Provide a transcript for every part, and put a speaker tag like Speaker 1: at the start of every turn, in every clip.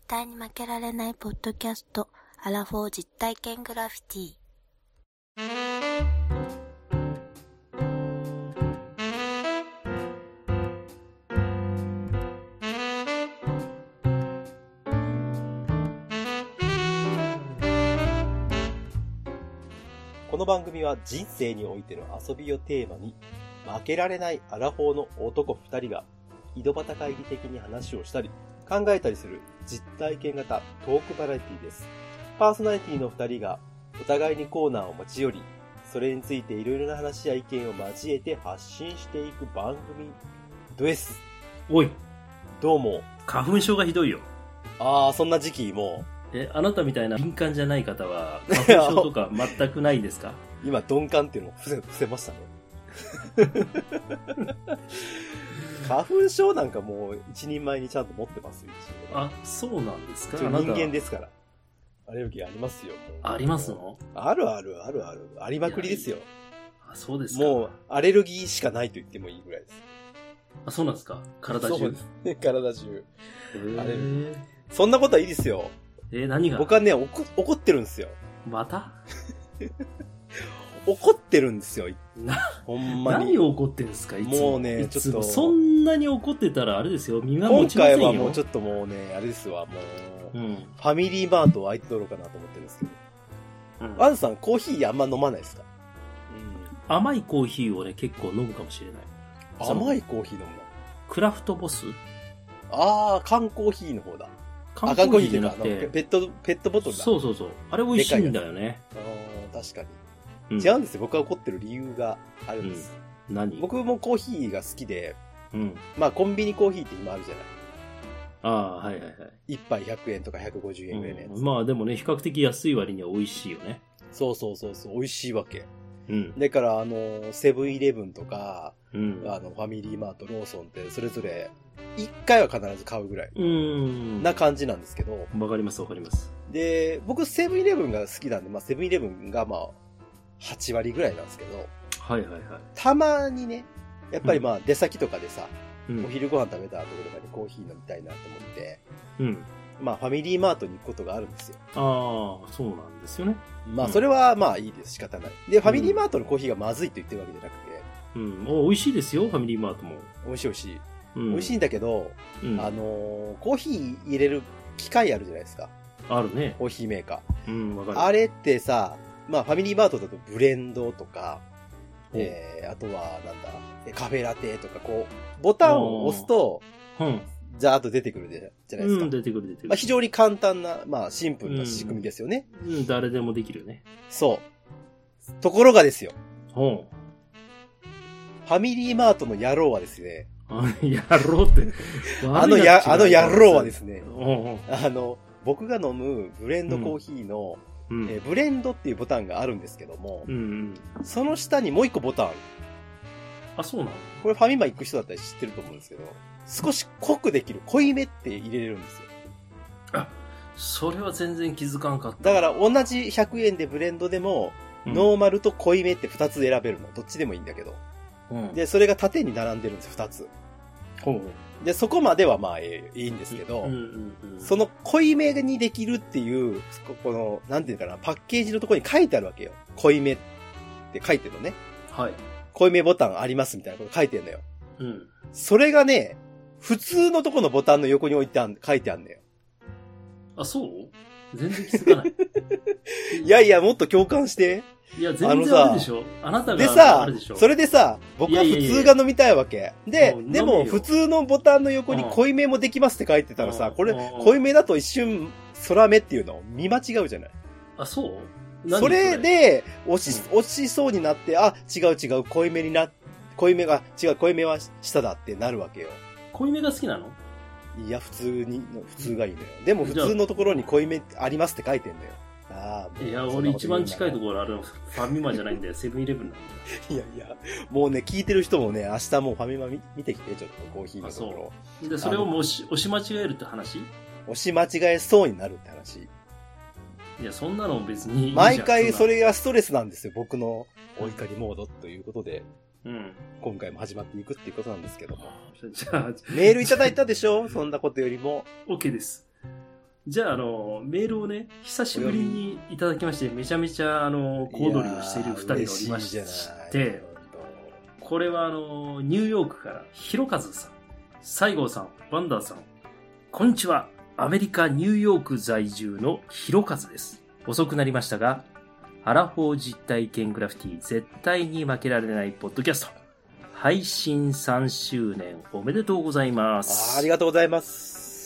Speaker 1: 対に負けられないポッドキャスト、アラフォー実体験グラフィティ。
Speaker 2: この番組は人生においての遊びをテーマに、負けられないアラフォーの男2人が井戸端会議的に話をしたり考えたりする実体験型トークバラエティです。パーソナリティの2人がお互いにコーナーを持ち寄り、それについていろいろな話や意見を交えて発信していく番組です。
Speaker 3: おい、
Speaker 2: どうも。
Speaker 3: 花粉症がひどいよ。
Speaker 2: そんな時期も
Speaker 3: あなたみたいな敏感じゃない方は花粉症とか全くないですか？
Speaker 2: 今鈍感っていうのを伏せましたね。花粉症なんかもう一人前にちゃんと持ってますよ。
Speaker 3: あ、そうなんですか？
Speaker 2: 人間ですから。アレルギーありますよ。
Speaker 3: ありますの？
Speaker 2: ある。ありまくりですよ。
Speaker 3: あ、そうですか。
Speaker 2: もうアレルギーしかないと言ってもいいぐらいです。
Speaker 3: あ、そうなんですか？体中。
Speaker 2: そうですね。体中。アレルギー。そんなことはいいですよ。
Speaker 3: 何が？
Speaker 2: 僕はね、怒ってるんですよ。
Speaker 3: また？
Speaker 2: 怒ってるんですよ。ほんまに。
Speaker 3: 何を怒ってるんですか？いつも。
Speaker 2: もうね、ちょっと。
Speaker 3: そんなに怒ってたらあれですよ。身が持ちませんよ。
Speaker 2: 今回はもうちょっともうね、あれですわ、もう、ファミリーマートを相手取ろうかなと思ってるんですけど。アンさん、コーヒーあんま飲まないですか？
Speaker 3: 甘いコーヒーをね、結構飲むかもしれない。
Speaker 2: 甘いコーヒー飲むの？
Speaker 3: クラフトボス？
Speaker 2: 缶コーヒーの方だ。
Speaker 3: 缶コーヒーじゃなくて
Speaker 2: ペットボトルだ。
Speaker 3: そう。あれ美味しいんだよね。
Speaker 2: 確かに。違うんですよ。僕が怒ってる理由があるんです。
Speaker 3: 何？
Speaker 2: 僕もコーヒーが好きで、まあコンビニコーヒーって今あるじゃない。
Speaker 3: はい。
Speaker 2: 一杯100円とか150円ぐらいのやつ。
Speaker 3: まあでもね、比較的安い割には美味しいよね。
Speaker 2: そう。美味しいわけ。だからセブンイレブンとか、ファミリーマート、ローソンってそれぞれ一回は必ず買うぐらいな感じなんですけど。
Speaker 3: わかります。
Speaker 2: で、僕セブンイレブンが好きなんで、セブンイレブンが8割ぐらいなんですけど。
Speaker 3: はい。
Speaker 2: たまにね、やっぱり出先とかでさ、お昼ご飯食べた後とかにコーヒー飲みたいなと思って、ファミリーマートに行くことがあるんですよ。
Speaker 3: そうなんですよね。
Speaker 2: それはいいです。仕方ない。で、ファミリーマートのコーヒーがまずいと言ってるわけじゃなくて。
Speaker 3: 美味しいですよ、ファミリーマートも。
Speaker 2: 美味しい。美味しいんだけど、コーヒー入れる機械あるじゃないですか。
Speaker 3: あるね。
Speaker 2: コーヒーメーカ
Speaker 3: ー。わかる。
Speaker 2: あれってさ、ファミリーマートだとブレンドとか、あとはカフェラテとかボタンを押すと、ザーッと出てくるじゃないですか。
Speaker 3: 出てくる。
Speaker 2: 非常に簡単な、シンプルな仕組みですよね。
Speaker 3: 誰でもできるよね。
Speaker 2: そう。ところがですよ。
Speaker 3: フ
Speaker 2: ァミリーマートの野郎はですね。
Speaker 3: 野郎って。
Speaker 2: あの野郎はですね。僕が飲むブレンドコーヒーの、ブレンドっていうボタンがあるんですけども、その下にもう一個ボタンある。
Speaker 3: あ、そうなの？
Speaker 2: これファミマ行く人だったら知ってると思うんですけど、少し濃くできる濃いめって入れれるんですよ。
Speaker 3: あ、それは全然気づかんかった。
Speaker 2: だから同じ100円でブレンドでも、ノーマルと濃いめって2つ選べるの。どっちでもいいんだけど。で、それが縦に並んでるんですよ、2つ。で、そこまではいいんですけど、その濃いめにできるっていう、この、なんていうかな、パッケージのところに書いてあるわけよ。濃いめって書いてるのね。
Speaker 3: はい。
Speaker 2: 濃いめボタンありますみたいなこと書いてるのよ。それがね、普通のところのボタンの横に書いてあるんだよ。
Speaker 3: あ、そう？全然気づかない。
Speaker 2: いや、もっと共感して。
Speaker 3: いや、全然あるでしょ。あなた
Speaker 2: で
Speaker 3: があるでしょ。
Speaker 2: それでさ、僕は普通が飲みたいわけ。でも普通のボタンの横に濃いめもできますって書いてたらさ、これ濃いめだと一瞬空めっていうのを見間違うじゃない。
Speaker 3: あ、そう？
Speaker 2: それで押しそうになって、違う濃いめは下だってなるわけよ。
Speaker 3: 濃いめが好きなの？
Speaker 2: いや、普通がいいのよ。でも普通のところに濃いめありますって書いてんのよ。
Speaker 3: いや、俺一番近いところあるのファミマじゃないんだよ。セブンイレブンなんだよ。
Speaker 2: いや、もうね、聞いてる人もね、明日もうファミマ見てきて、ちょっとコーヒーのところ。
Speaker 3: そう。で、それを押し間違えるって話？
Speaker 2: 押し間違えそうになるって話。
Speaker 3: いや、そんなの別にいいじゃん。
Speaker 2: 毎回それがストレスなんですよ。僕のお怒りモードということで。今回も始まっていくっていうことなんですけども。
Speaker 3: じゃあ、
Speaker 2: メールいただいたでしょ？そんなことよりも。
Speaker 3: OK です。 じゃあ、メールをね、久しぶりにいただきまして、めちゃめちゃ、小躍りをしている二人がおりまして、これは、ニューヨークから、ひろかずさん、西郷さん、ワンダーさん、こんにちは。アメリカ・ニューヨーク在住のひろかずです。遅くなりましたが、アラフォー実体験グラフィティ絶対に負けられないポッドキャスト。配信3周年おめでとうございます。
Speaker 2: ありがとうございます。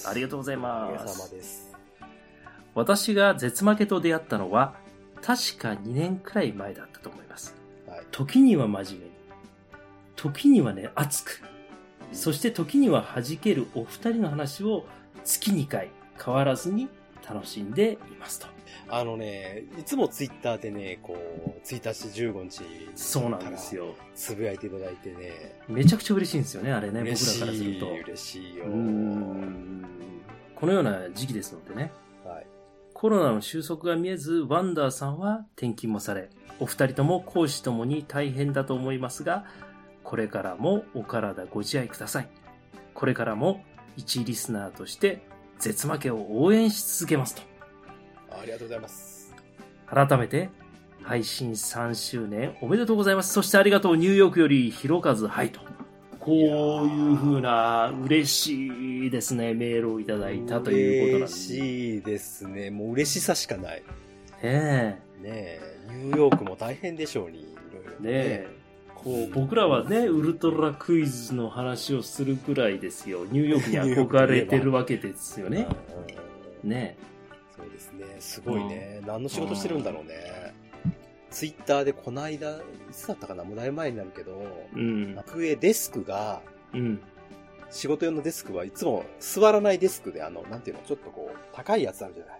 Speaker 3: ありがとうございます。
Speaker 2: お疲れ様です。
Speaker 3: 私が絶負けと出会ったのは、確か2年くらい前だったと思います。はい、時には真面目に、時にはね、熱く、そして時には弾けるお二人の話を月2回変わらずに楽しんでいますと。
Speaker 2: いつもツイッターでね、こう、1日15日。
Speaker 3: そうなんですよ。
Speaker 2: つぶやいていただいてね。
Speaker 3: めちゃくちゃ嬉しいんですよね、あれね、僕らからすると。
Speaker 2: 嬉しいよ。
Speaker 3: このような時期ですのでね。
Speaker 2: はい。
Speaker 3: コロナの収束が見えず、ワンダーさんは転勤もされ、お二人とも講師ともに大変だと思いますが、これからもお体ご自愛ください。これからも一リスナーとして絶負けを応援し続けますと。
Speaker 2: ありがとうございます。
Speaker 3: 改めて配信3周年おめでとうございます。そしてありがとうニューヨークよりひろかずはいと。こういう風な嬉しいですねメールをいただいたということなんです。
Speaker 2: 嬉しいですね。もう嬉しさしかない。
Speaker 3: ね
Speaker 2: えニューヨークも大変でしょうにいろいろ
Speaker 3: ね。こう僕らはねウルトラクイズの話をするくらいですよ。ニューヨークに憧れてるわけですよね。ね。
Speaker 2: そうですね。すごいね。何の仕事してるんだろうね。ツイッターでこの間、いつだったかな、もうだいぶ前になるけど、机デスクが、仕事用のデスクはいつも座らないデスクで、なんていうの、ちょっとこう、高いやつあるじゃない。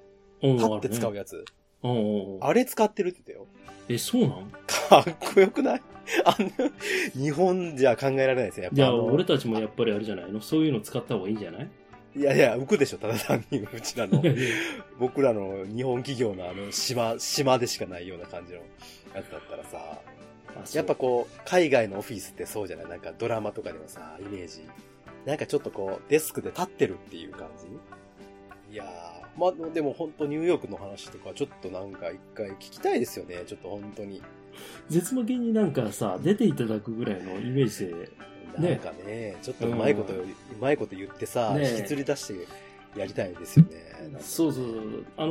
Speaker 2: 立って使うやつ。あれ使ってるって言った
Speaker 3: よ。そうなん
Speaker 2: かっこよくない日本じゃ考えられないですよ。やっぱ
Speaker 3: じゃあ、俺たちもやっぱりあれじゃないのそういうの使った方がいいんじゃない
Speaker 2: いやいや、浮くでしょ、ただ単に、うちらの、僕らの日本企業の島でしかないような感じのやつだったらさ、やっぱこう、海外のオフィスってそうじゃないなんかドラマとかでもさ、イメージ。なんかちょっとこう、デスクで立ってるっていう感じいやー、まあ、でも本当ニューヨークの話とかちょっとなんか一回聞きたいですよね、ちょっと本当に。
Speaker 3: 絶負けになんかさ、出ていただくぐらいのイメージで、
Speaker 2: なんかね、ちょっとうまいこと言ってさ、引きずり出してやりたいですよね。
Speaker 3: そうそう。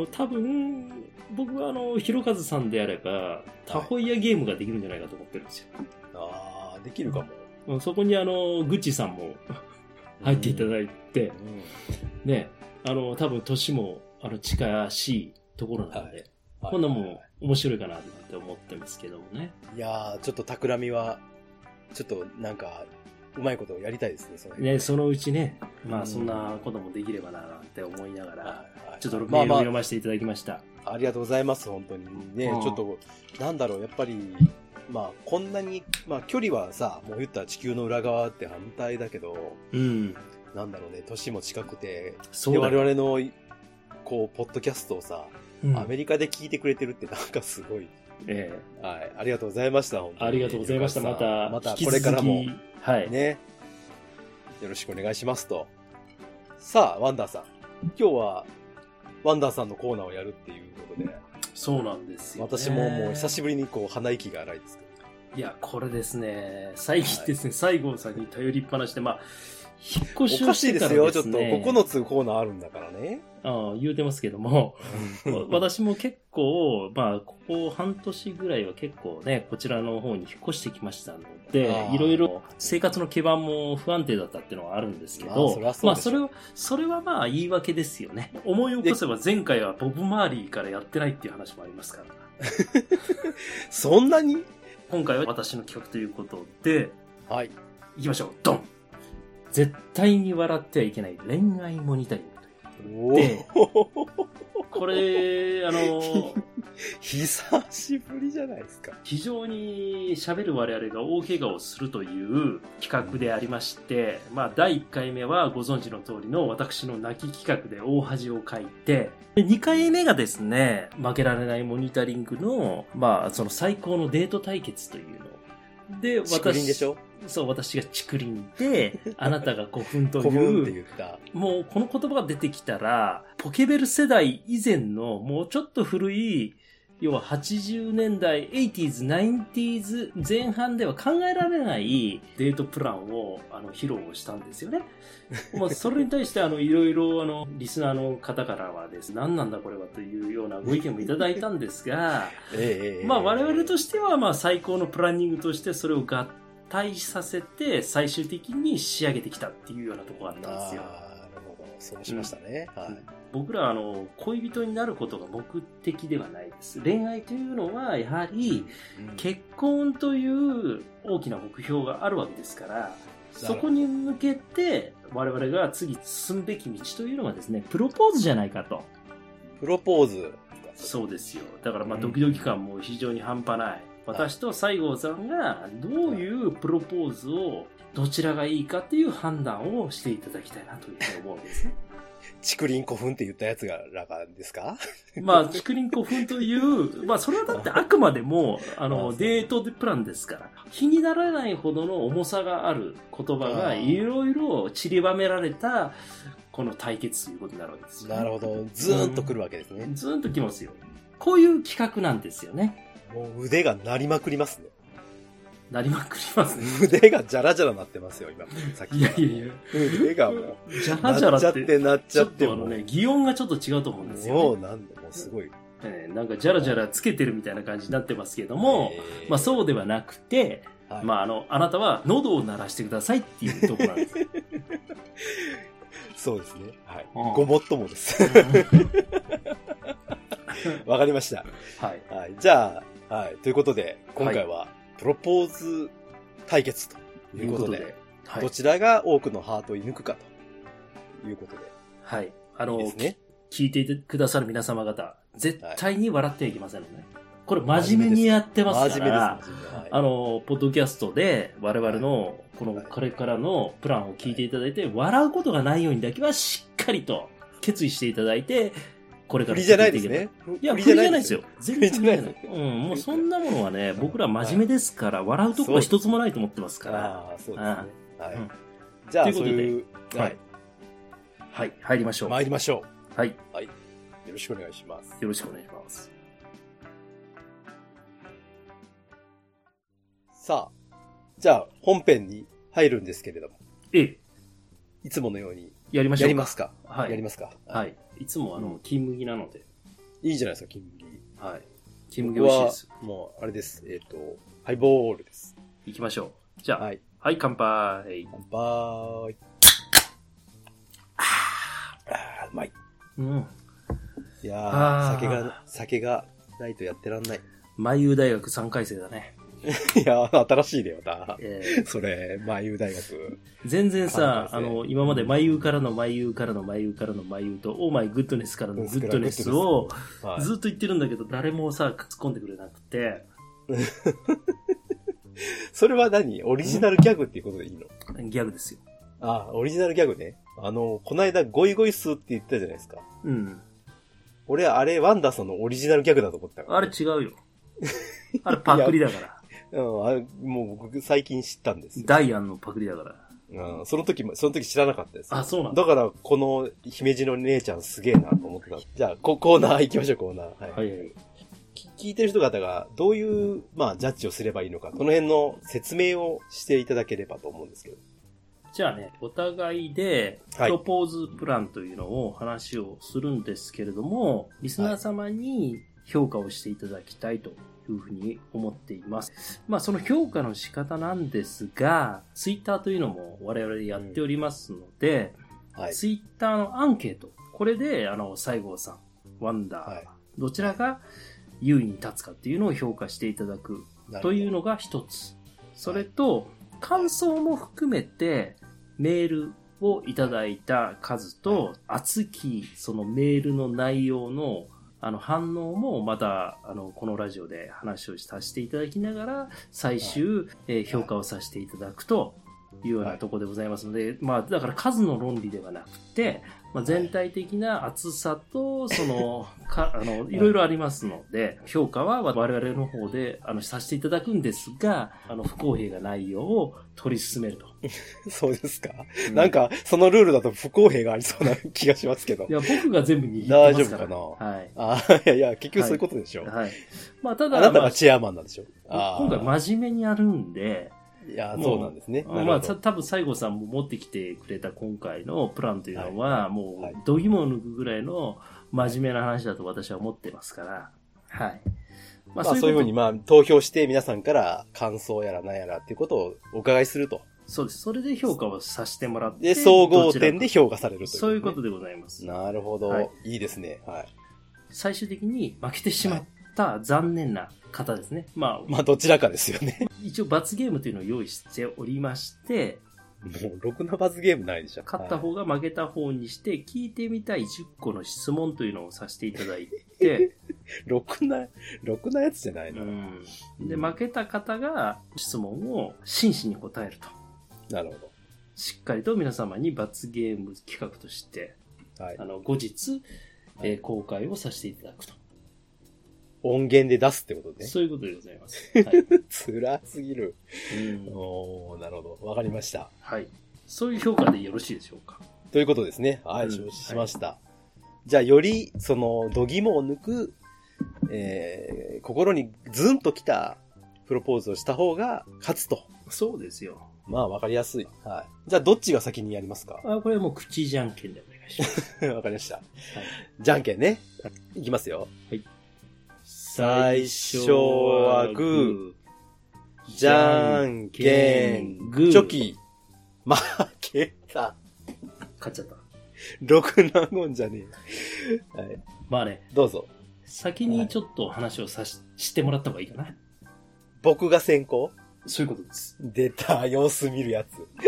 Speaker 3: 多分、僕はひろかずさんであれば、タホイヤゲームができるんじゃないかと思ってるんですよ。
Speaker 2: ああ、できるかも。
Speaker 3: そこにグッチさんも入っていただいて、ね、多分年も近しいところなので、こんなもん面白いかなって思ってますけどもね。
Speaker 2: いやー、ちょっと企みは、ちょっとなんか、うまいことをやりたいです
Speaker 3: ね。そのうちね、まあそんなこともできればなって思いながら、ちょっとメールを読ませていただきました。
Speaker 2: ありがとうございます、本当にね。ちょっと、なんだろう、やっぱり、まあこんなに、まあ距離はさ、もう言ったら地球の裏側って反対だけど、なんだろうね、年も近くて、で我々の、こう、ポッドキャストをさ、アメリカで聞いてくれてるってなんかすごい。はい。ありがとうございました、本当に。
Speaker 3: ありがとうございました。また
Speaker 2: これからも、
Speaker 3: はい。
Speaker 2: ね。よろしくお願いしますと。さあ、ワンダーさん。今日は、ワンダーさんのコーナーをやるっていうことで。
Speaker 3: そうなんですよ、ね。
Speaker 2: 私ももう久しぶりにこう、鼻息が荒いですけ
Speaker 3: ど。いや、これですね、最近ですね、西郷さんに頼りっぱなしで、まあ、引っ越しをしてからですね。おかしいですよ、
Speaker 2: ちょっと9つコーナーあるんだからね。
Speaker 3: 言うてますけども、私も結構、まあ、ここ半年ぐらいは結構ね、こちらの方に引っ越してきましたので、いろいろ生活の基盤も不安定だったっていうのはあるんですけど、まあ、それはまあ言い訳ですよね。思い起こせば前回はボブ・マーリーからやってないっていう話もありますから。
Speaker 2: そんなに？
Speaker 3: 今回は私の企画ということで、
Speaker 2: はい。
Speaker 3: 行きましょう。ドン！絶対に笑ってはいけない恋愛モニタリング。で、これ、
Speaker 2: 久しぶりじゃないですか。
Speaker 3: 非常に喋る我々が大怪我をするという企画でありまして、まあ、第1回目はご存知の通りの私の泣き企画で大恥をかいて、2回目がですね、負けられないモニタリングの、まあ、その最高のデート対決というの。で、
Speaker 2: 竹林でしょ？
Speaker 3: そう、私が竹林で、あなたが古墳と
Speaker 2: 古墳って
Speaker 3: いう、
Speaker 2: 言った。
Speaker 3: もうこの言葉が出てきたら、ポケベル世代以前のもうちょっと古い、要は80年代、80s、90s 前半では考えられないデートプランを披露したんですよね。まあそれに対していろいろリスナーの方からはですね、何なんだこれはというようなご意見もいただいたんですが、まあ我々としてはまあ最高のプランニングとしてそれを合体させて最終的に仕上げてきたっていうようなところがあったんですよ。
Speaker 2: なるほど。そうしましたね。はい。
Speaker 3: 僕らは恋人になることが目的ではないです。恋愛というのはやはり結婚という大きな目標があるわけですから、そこに向けて我々が次進むべき道というのがですね、プロポーズじゃないかと。
Speaker 2: プロポーズ。
Speaker 3: そうですよ。だからまあドキドキ感も非常に半端ない。私と西郷さんがどういうプロポーズをどちらがいいかっていう判断をしていただきたいなというふうに思うんですね。
Speaker 2: 竹林古墳って言ったやつらがですか？
Speaker 3: まあ、竹林古墳という、まあ、それはだってあくまでも、デートプランですから、気にならないほどの重さがある言葉がいろいろ散りばめられた、この対決ということになるわけですよ、ね。
Speaker 2: なるほど。ズーンとくるわけですね。
Speaker 3: ズーンときますよ。こういう企画なんですよね。
Speaker 2: もう腕が鳴りまくりますね。
Speaker 3: なりまくりますね。
Speaker 2: 腕がジャラジャラなってますよ、今。さっき
Speaker 3: いやいやいや。
Speaker 2: 腕がもう。
Speaker 3: ジャラジャラって。
Speaker 2: なっちゃって。
Speaker 3: ちょっと擬音がちょっと違うと思うんですよ、ね。
Speaker 2: もうなんでもすごい。
Speaker 3: なんかジャラジャラつけてるみたいな感じになってますけども、まあそうではなくて、はい、まああなたは喉を鳴らしてくださいっていうところなんです。
Speaker 2: そうですね。はい。ごもっともです。わかりました。
Speaker 3: はい。
Speaker 2: はい。じゃあ、はい。ということで、今回は、プロポーズ対決ということで、はい、どちらが多くのハートを射抜くかということで。
Speaker 3: はい。
Speaker 2: ですね。
Speaker 3: 聞いてくださる皆様方、絶対に笑ってはいけませんのね。これ真面目にやってますから、真面目です。はい、ポッドキャストで我々のこのこれからのプランを聞いていただいて、笑うことがないようにだけはしっかりと決意していただいて、これから。
Speaker 2: 振りじゃないですね。
Speaker 3: いや、振りじゃないですよ。全然振りじゃない。うん、もうそんなものはね、僕ら真面目ですから、笑うところは一つもないと思ってますから。
Speaker 2: ああ、そうですね。はい。じゃあ、そういう、
Speaker 3: はい。はい、入りましょう。
Speaker 2: 参りましょ
Speaker 3: う。はい。
Speaker 2: はい。よろしくお願いします。
Speaker 3: よろしくお願いします。
Speaker 2: さあ、じゃあ、本編に入るんですけれども。いつものように。
Speaker 3: やりましょう。
Speaker 2: やりますか。
Speaker 3: はい。
Speaker 2: やりますか。
Speaker 3: はい。いつも金麦なので。
Speaker 2: いいじゃないですか、金麦。
Speaker 3: はい。金麦美味しいです。
Speaker 2: もう、あれです。ハイボールです。
Speaker 3: 行きましょう。じゃあ、はい、乾杯。
Speaker 2: 乾杯。うまい。
Speaker 3: うん。
Speaker 2: いやー、酒がないとやってらんない。
Speaker 3: マイユー大学3回生だね。
Speaker 2: いや、新しいだよな。それ、マイユー大学。
Speaker 3: 全然さ、今までマイユーからのマイユーからのマイユーからのマイユーと、オーマイグッドネスからのグッドネスをずっと言ってるんだけど、誰もさ、突っ込んでくれなくて。
Speaker 2: それは何？オリジナルギャグっていうことでいいの？
Speaker 3: ギャグですよ。
Speaker 2: あ、オリジナルギャグね。この間ゴイゴイスーって言ったじゃないですか。
Speaker 3: うん。
Speaker 2: 俺、あれ、ワンダーさんのオリジナルギャグだと思ったから、
Speaker 3: あれ違うよ。あれパクリだから。
Speaker 2: あれもう僕最近知ったんですよ。
Speaker 3: ダイアンのパクリだから。
Speaker 2: その時知らなかったです。
Speaker 3: あ、そうなんだ。
Speaker 2: だから、この姫路の姉ちゃんすげえなと思ってた。じゃあ、コーナー行きましょう、コーナー。はい。
Speaker 3: はいはい。
Speaker 2: 聞いてる人方がどういう、まあ、ジャッジをすればいいのか、その辺の説明をしていただければと思うんですけど。
Speaker 3: じゃあね、お互いで、プロポーズプランというのを話をするんですけれども、リスナー様に評価をしていただきたいというふうに思っています。まあ、その評価の仕方なんですが、ツイッターというのも我々やっておりますので、ツイッターのアンケート、これで、西郷さん、ワンダー、どちらが優位に立つかっていうのを評価していただくというのが一つ。それと、感想も含めてメールをいただいた数と、熱きそのメールの内容の反応もまたこのラジオで話をさせていただきながら最終、評価をさせていただくというようなところでございますので、まあだから数の論理ではなくてまあ、全体的な厚さと、いろいろありますので、評価は我々の方で、させていただくんですが、不公平がないよう取り進めると。
Speaker 2: そうですか、なんか、そのルールだと不公平がありそうな気がしますけど。
Speaker 3: いや、僕が全部握ってますから。
Speaker 2: 大丈夫かな。
Speaker 3: はい。
Speaker 2: いや、結局そういうことでしょ。
Speaker 3: はい。まあ、ただ、
Speaker 2: あなたがチェアマンなんでしょ。
Speaker 3: 今回真面目にやるんで、
Speaker 2: いや、そうなんですね。
Speaker 3: まあ、多分西郷さんも持ってきてくれた今回のプランというのは、もう、度肝を抜くぐらいの真面目な話だと私は思ってますから、はい。
Speaker 2: まあ、そういうふうに、まあ、投票して皆さんから感想やら何やらっていうことをお伺いすると。
Speaker 3: そうです。それで評価をさせてもらって。
Speaker 2: で、総合点で評価されるという、ね。
Speaker 3: そういうことでございます。
Speaker 2: なるほど。はい、いいですね。はい。
Speaker 3: 最終的に負けてしまった残念な方ですね。ま
Speaker 2: あ、どちらかですよね。
Speaker 3: 一応罰ゲームというのを用意しておりまして、
Speaker 2: もう、ろくな罰ゲームないでしょ。
Speaker 3: 勝った方が負けた方にして、聞いてみたい10個の質問というのをさせていただいて、
Speaker 2: ろくなやつじゃないの。
Speaker 3: で、負けた方が質問を真摯に答えると。
Speaker 2: なるほど。
Speaker 3: しっかりと皆様に罰ゲーム企画として、はい、後日、公開をさせていただくと。
Speaker 2: 音源で出すってことね。
Speaker 3: そういうことでございます。はい、
Speaker 2: 辛すぎる。おー、なるほど。わかりました。
Speaker 3: はい。そういう評価でよろしいでしょうか。
Speaker 2: ということですね。はい、承知しました。はい、じゃあ、より、度肝を抜く、心にズンときたプロポーズをした方が勝つと。
Speaker 3: そうですよ。
Speaker 2: まあ、わかりやすい。はい。じゃあ、どっちが先にやりますか？
Speaker 3: これはもう口じゃんけんでお願いします。
Speaker 2: わかりました。はい。じゃんけんね。いきますよ。
Speaker 3: はい。
Speaker 2: 最初はグー、じゃんけん、グー、チョキ、負けた。
Speaker 3: 勝っちゃった。
Speaker 2: ろくなもんじゃねえ。はい。
Speaker 3: まあね。
Speaker 2: どうぞ。
Speaker 3: 先にちょっと話をしてもらった方がいいかな。
Speaker 2: 僕が先行？
Speaker 3: そういうことです。
Speaker 2: 出た、様子見るやつ。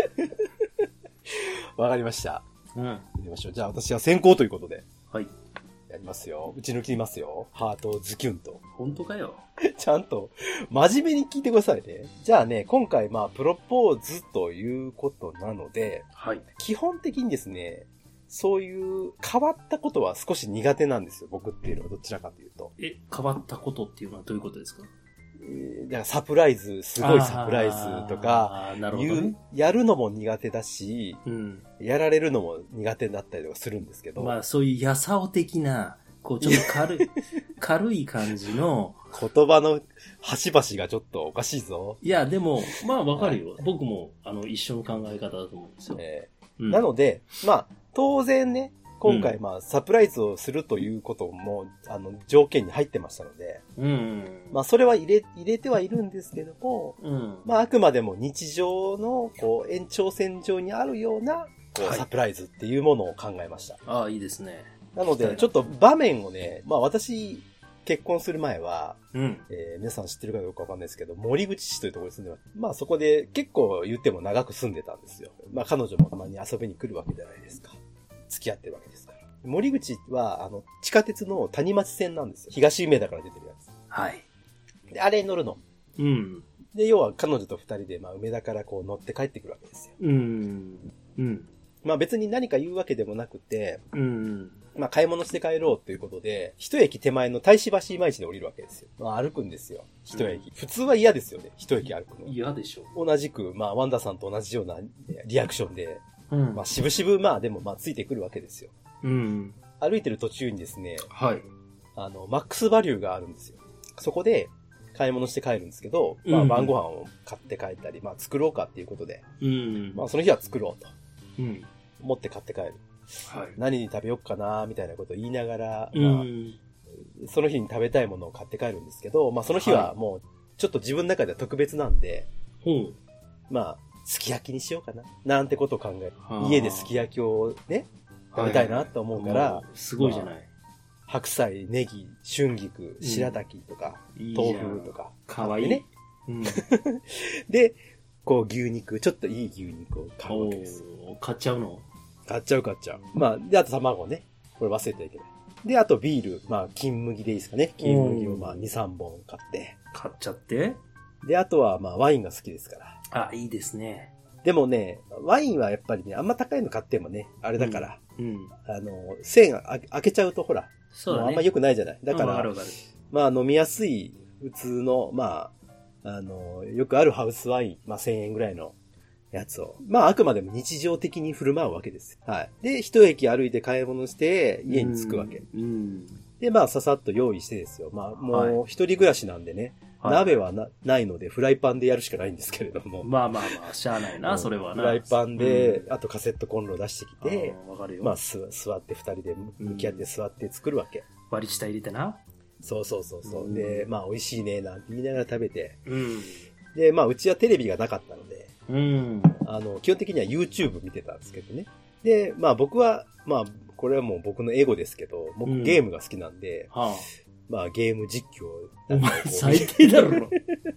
Speaker 2: わかりました。
Speaker 3: うん。
Speaker 2: やりましょう。じゃあ私は先行ということで。
Speaker 3: はい。
Speaker 2: やりますよ。打ち抜きますよ。ハートをズキュンと。
Speaker 3: 本当かよ。
Speaker 2: ちゃんと、真面目に聞いてくださいね。じゃあね、今回プロポーズということなので、
Speaker 3: はい。
Speaker 2: 基本的にですね、そういう変わったことは少し苦手なんですよ。僕っていうのはどちらかというと。
Speaker 3: 変わったことっていうのはどういうことですか？
Speaker 2: だからサプライズ、すごいサプライズとか、
Speaker 3: なるほどね、
Speaker 2: やるのも苦手だし、
Speaker 3: うん、
Speaker 2: やられるのも苦手だったりとかするんですけど。
Speaker 3: まあそういうやさお的な、ちょっと軽い感じの。
Speaker 2: 言葉の端々がちょっとおかしいぞ。
Speaker 3: いや、でも、まあわかるよ。はい、僕も、一緒の考え方だと思うんですよ。
Speaker 2: なので、当然ね、今回サプライズをするということも、条件に入ってましたので、それは入れてはいるんですけども、あくまでも日常の、延長線上にあるような、サプライズっていうものを考えました。
Speaker 3: ああ、いいですね。
Speaker 2: なので、ちょっと場面をね、私、結婚する前は、皆さん知ってるかどうかわかんないですけど、森口市というところに住んでます。そこで結構言っても長く住んでたんですよ。彼女もたまに遊びに来るわけじゃないですか。付き合ってるわけですから。森口は、地下鉄の谷町線なんですよ。東梅田から出てるやつ。
Speaker 3: はい。
Speaker 2: で、あれに乗るの。
Speaker 3: うん。
Speaker 2: で、要は彼女と二人で、梅田から乗って帰ってくるわけですよ。
Speaker 3: うん。
Speaker 2: 別に何か言うわけでもなくて、
Speaker 3: うん。
Speaker 2: 買い物して帰ろうということで、一駅手前の大使橋今市で降りるわけですよ。歩くんですよ。一駅。普通は嫌ですよね。一駅歩くの。
Speaker 3: 嫌でしょ。
Speaker 2: 同じく、ワンダさんと同じようなリアクションで、渋々、でもついてくるわけですよ。
Speaker 3: うん。
Speaker 2: 歩いてる途中にですね、
Speaker 3: はい。
Speaker 2: マックスバリューがあるんですよ。そこで、買い物して帰るんですけど、晩ご飯を買って帰ったり、作ろうかっていうことで、その日は作ろうと。持って買って帰る。
Speaker 3: はい。
Speaker 2: 何に食べよっかなみたいなことを言いながら、その日に食べたいものを買って帰るんですけど、その日はもう、ちょっと自分の中では特別なんで、すき焼きにしようかななんてことを考える。家ですき焼きをね、食べたいなと思うから、
Speaker 3: すごいじゃない。
Speaker 2: 白菜、ネギ、春菊、白滝とか、豆腐とか。
Speaker 3: かわいいね。
Speaker 2: で、牛肉、ちょっといい牛肉を買うわけです。
Speaker 3: 買っちゃうの？
Speaker 2: 買っちゃう。で、あと卵ね。これ忘れてはいけない。で、あとビール、金麦でいいですかね。金麦を2、3本買って。
Speaker 3: 買っちゃって。
Speaker 2: で、あとはワインが好きですから。
Speaker 3: いいですね。
Speaker 2: でもね、ワインはやっぱりね、あんま高いの買ってもね、あれだから、 線開けちゃうとほら、
Speaker 3: そうだね。
Speaker 2: もうあんま良くないじゃない。だから、
Speaker 3: わかるわかる。
Speaker 2: まあ飲みやすい、普通の、まあ、よくあるハウスワイン、まあ1000円ぐらいのやつを、まああくまでも日常的に振る舞うわけです。はい。で、一駅歩いて買い物して、家に着くわけ。で、まあささっと用意してですよ。まあもう一人暮らしなんでね、はい、鍋はないのでフライパンでやるしかないんですけれども。
Speaker 3: まあまあまあ、しゃあないな、それはな。
Speaker 2: フライパンで、あとカセットコンロを出してきて、
Speaker 3: わかるよ。
Speaker 2: まあ座って二人で向き合って座って作るわけ。
Speaker 3: 割り下入れてな。
Speaker 2: そう。で、まあ美味しいね、なんて言いながら食べて。で、まあうちはテレビがなかったので、基本的には YouTube 見てたんですけどね。で、まあ僕は、まあこれはもう僕のエゴですけど、僕ゲームが好きなんで、まあゲーム実況。
Speaker 3: お前最低だろ。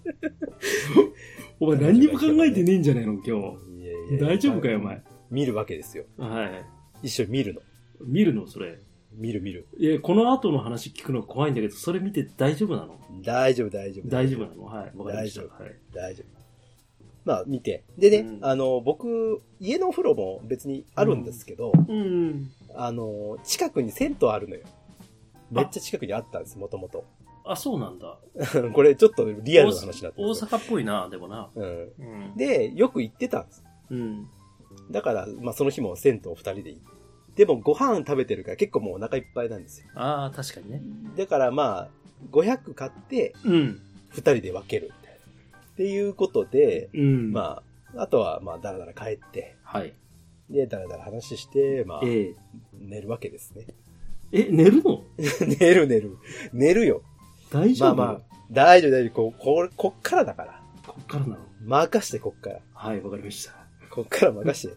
Speaker 3: お前何にも考えてねえんじゃねえの今日。いや大丈夫かよお前。
Speaker 2: 見るわけですよ。
Speaker 3: はい。
Speaker 2: 一緒に見るの。
Speaker 3: 見るのそれ。
Speaker 2: 見る。
Speaker 3: いや、この後の話聞くの怖いんだけど、それ見て大丈夫なの？
Speaker 2: 大丈夫。
Speaker 3: 大丈夫なの？はい。わかりました。
Speaker 2: 大丈夫。まあ見て。でね、僕、家のお風呂も別にあるんですけど、近くに銭湯あるのよ。めっちゃ近くにあったんです、もともと。
Speaker 3: あ、そうなんだ。
Speaker 2: これちょっとリアルな話になってる。
Speaker 3: 大阪っぽいな、でもな。
Speaker 2: で、よく行ってたんです。だから、まあその日も銭湯二人で行って。でもご飯食べてるから結構もうお腹いっぱいなんですよ。
Speaker 3: ああ、確かにね。
Speaker 2: だからまあ、500買って、二人で分けるみたいな。っていうことで、まあ、あとはまあ、だらだら帰って、で、だらだら話して、まあ、寝るわけですね。
Speaker 3: 寝るの？
Speaker 2: 寝るよ。
Speaker 3: 大丈夫？
Speaker 2: まあ、大丈夫。こっからだから。
Speaker 3: こっからなの？
Speaker 2: 任して、こっから。
Speaker 3: はい、わかりました。
Speaker 2: こっから任して。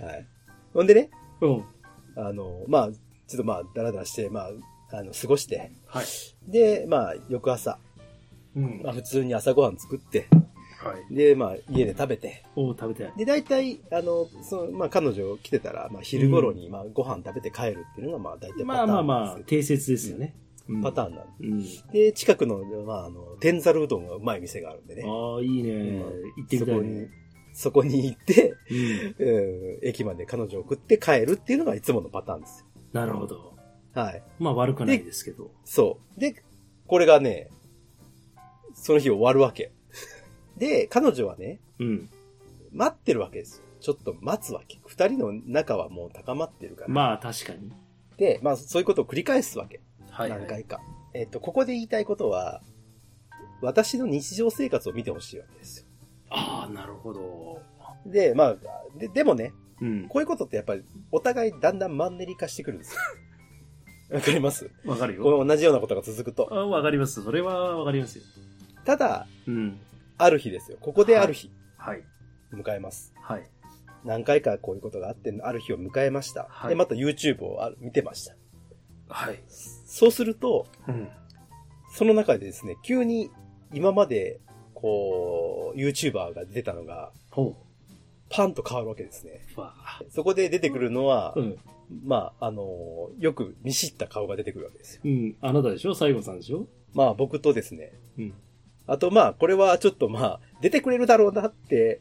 Speaker 2: はい。ほんでね、まあ、ちょっとまあ、だらだらして、まあ、過ごして、で、まあ、翌朝、まあ、普通に朝ごはん作って、で、まあ、家で食べて。
Speaker 3: 食べて。
Speaker 2: で、大体、まあ、彼女来てたら、まあ、昼頃に、まあ、ご飯食べて帰るっていうのが、まあ、大体パターン。
Speaker 3: まあ、定説ですよね。
Speaker 2: パターンなんで。で、近くの、まあ、天ざるうどんがうまい店があるんでね。
Speaker 3: ああ、いいね。行ってみたいね。
Speaker 2: そこに行って、駅まで彼女を送って帰るっていうのがいつものパターンですよ。
Speaker 3: なるほど。
Speaker 2: はい。
Speaker 3: まあ悪くないですけど。
Speaker 2: そう。で、これがね、その日終わるわけ。で、彼女はね、待ってるわけですよ。ちょっと待つわけ。二人の仲はもう高まってるから。
Speaker 3: まあ確かに。
Speaker 2: で、まあそういうことを繰り返すわけ。
Speaker 3: 何
Speaker 2: 回か。ここで言いたいことは、私の日常生活を見てほしいわけですよ。
Speaker 3: ああ、なるほど。
Speaker 2: で、まあ、でもね、こういうことってやっぱりお互いだんだんマンネリ化してくるんですよ。わかります？
Speaker 3: わかるよ。
Speaker 2: この同じようなことが続くと。
Speaker 3: わかります。それはわかりますよ。
Speaker 2: ただ、ある日ですよ。ここである日。迎えます。何回かこういうことがあって、ある日を迎えました。で、また YouTube を見てました。そうすると、その中でですね、急に今まで、こう、YouTuber が出たのが、パンと変わるわけですね。そこで出てくるのは、まあ、よく見知った顔が出てくるわけですよ。
Speaker 3: あなたでしょ？西郷さんでしょ？
Speaker 2: まあ、僕とですね。あと、まあ、これはちょっとまあ、出てくれるだろうなって、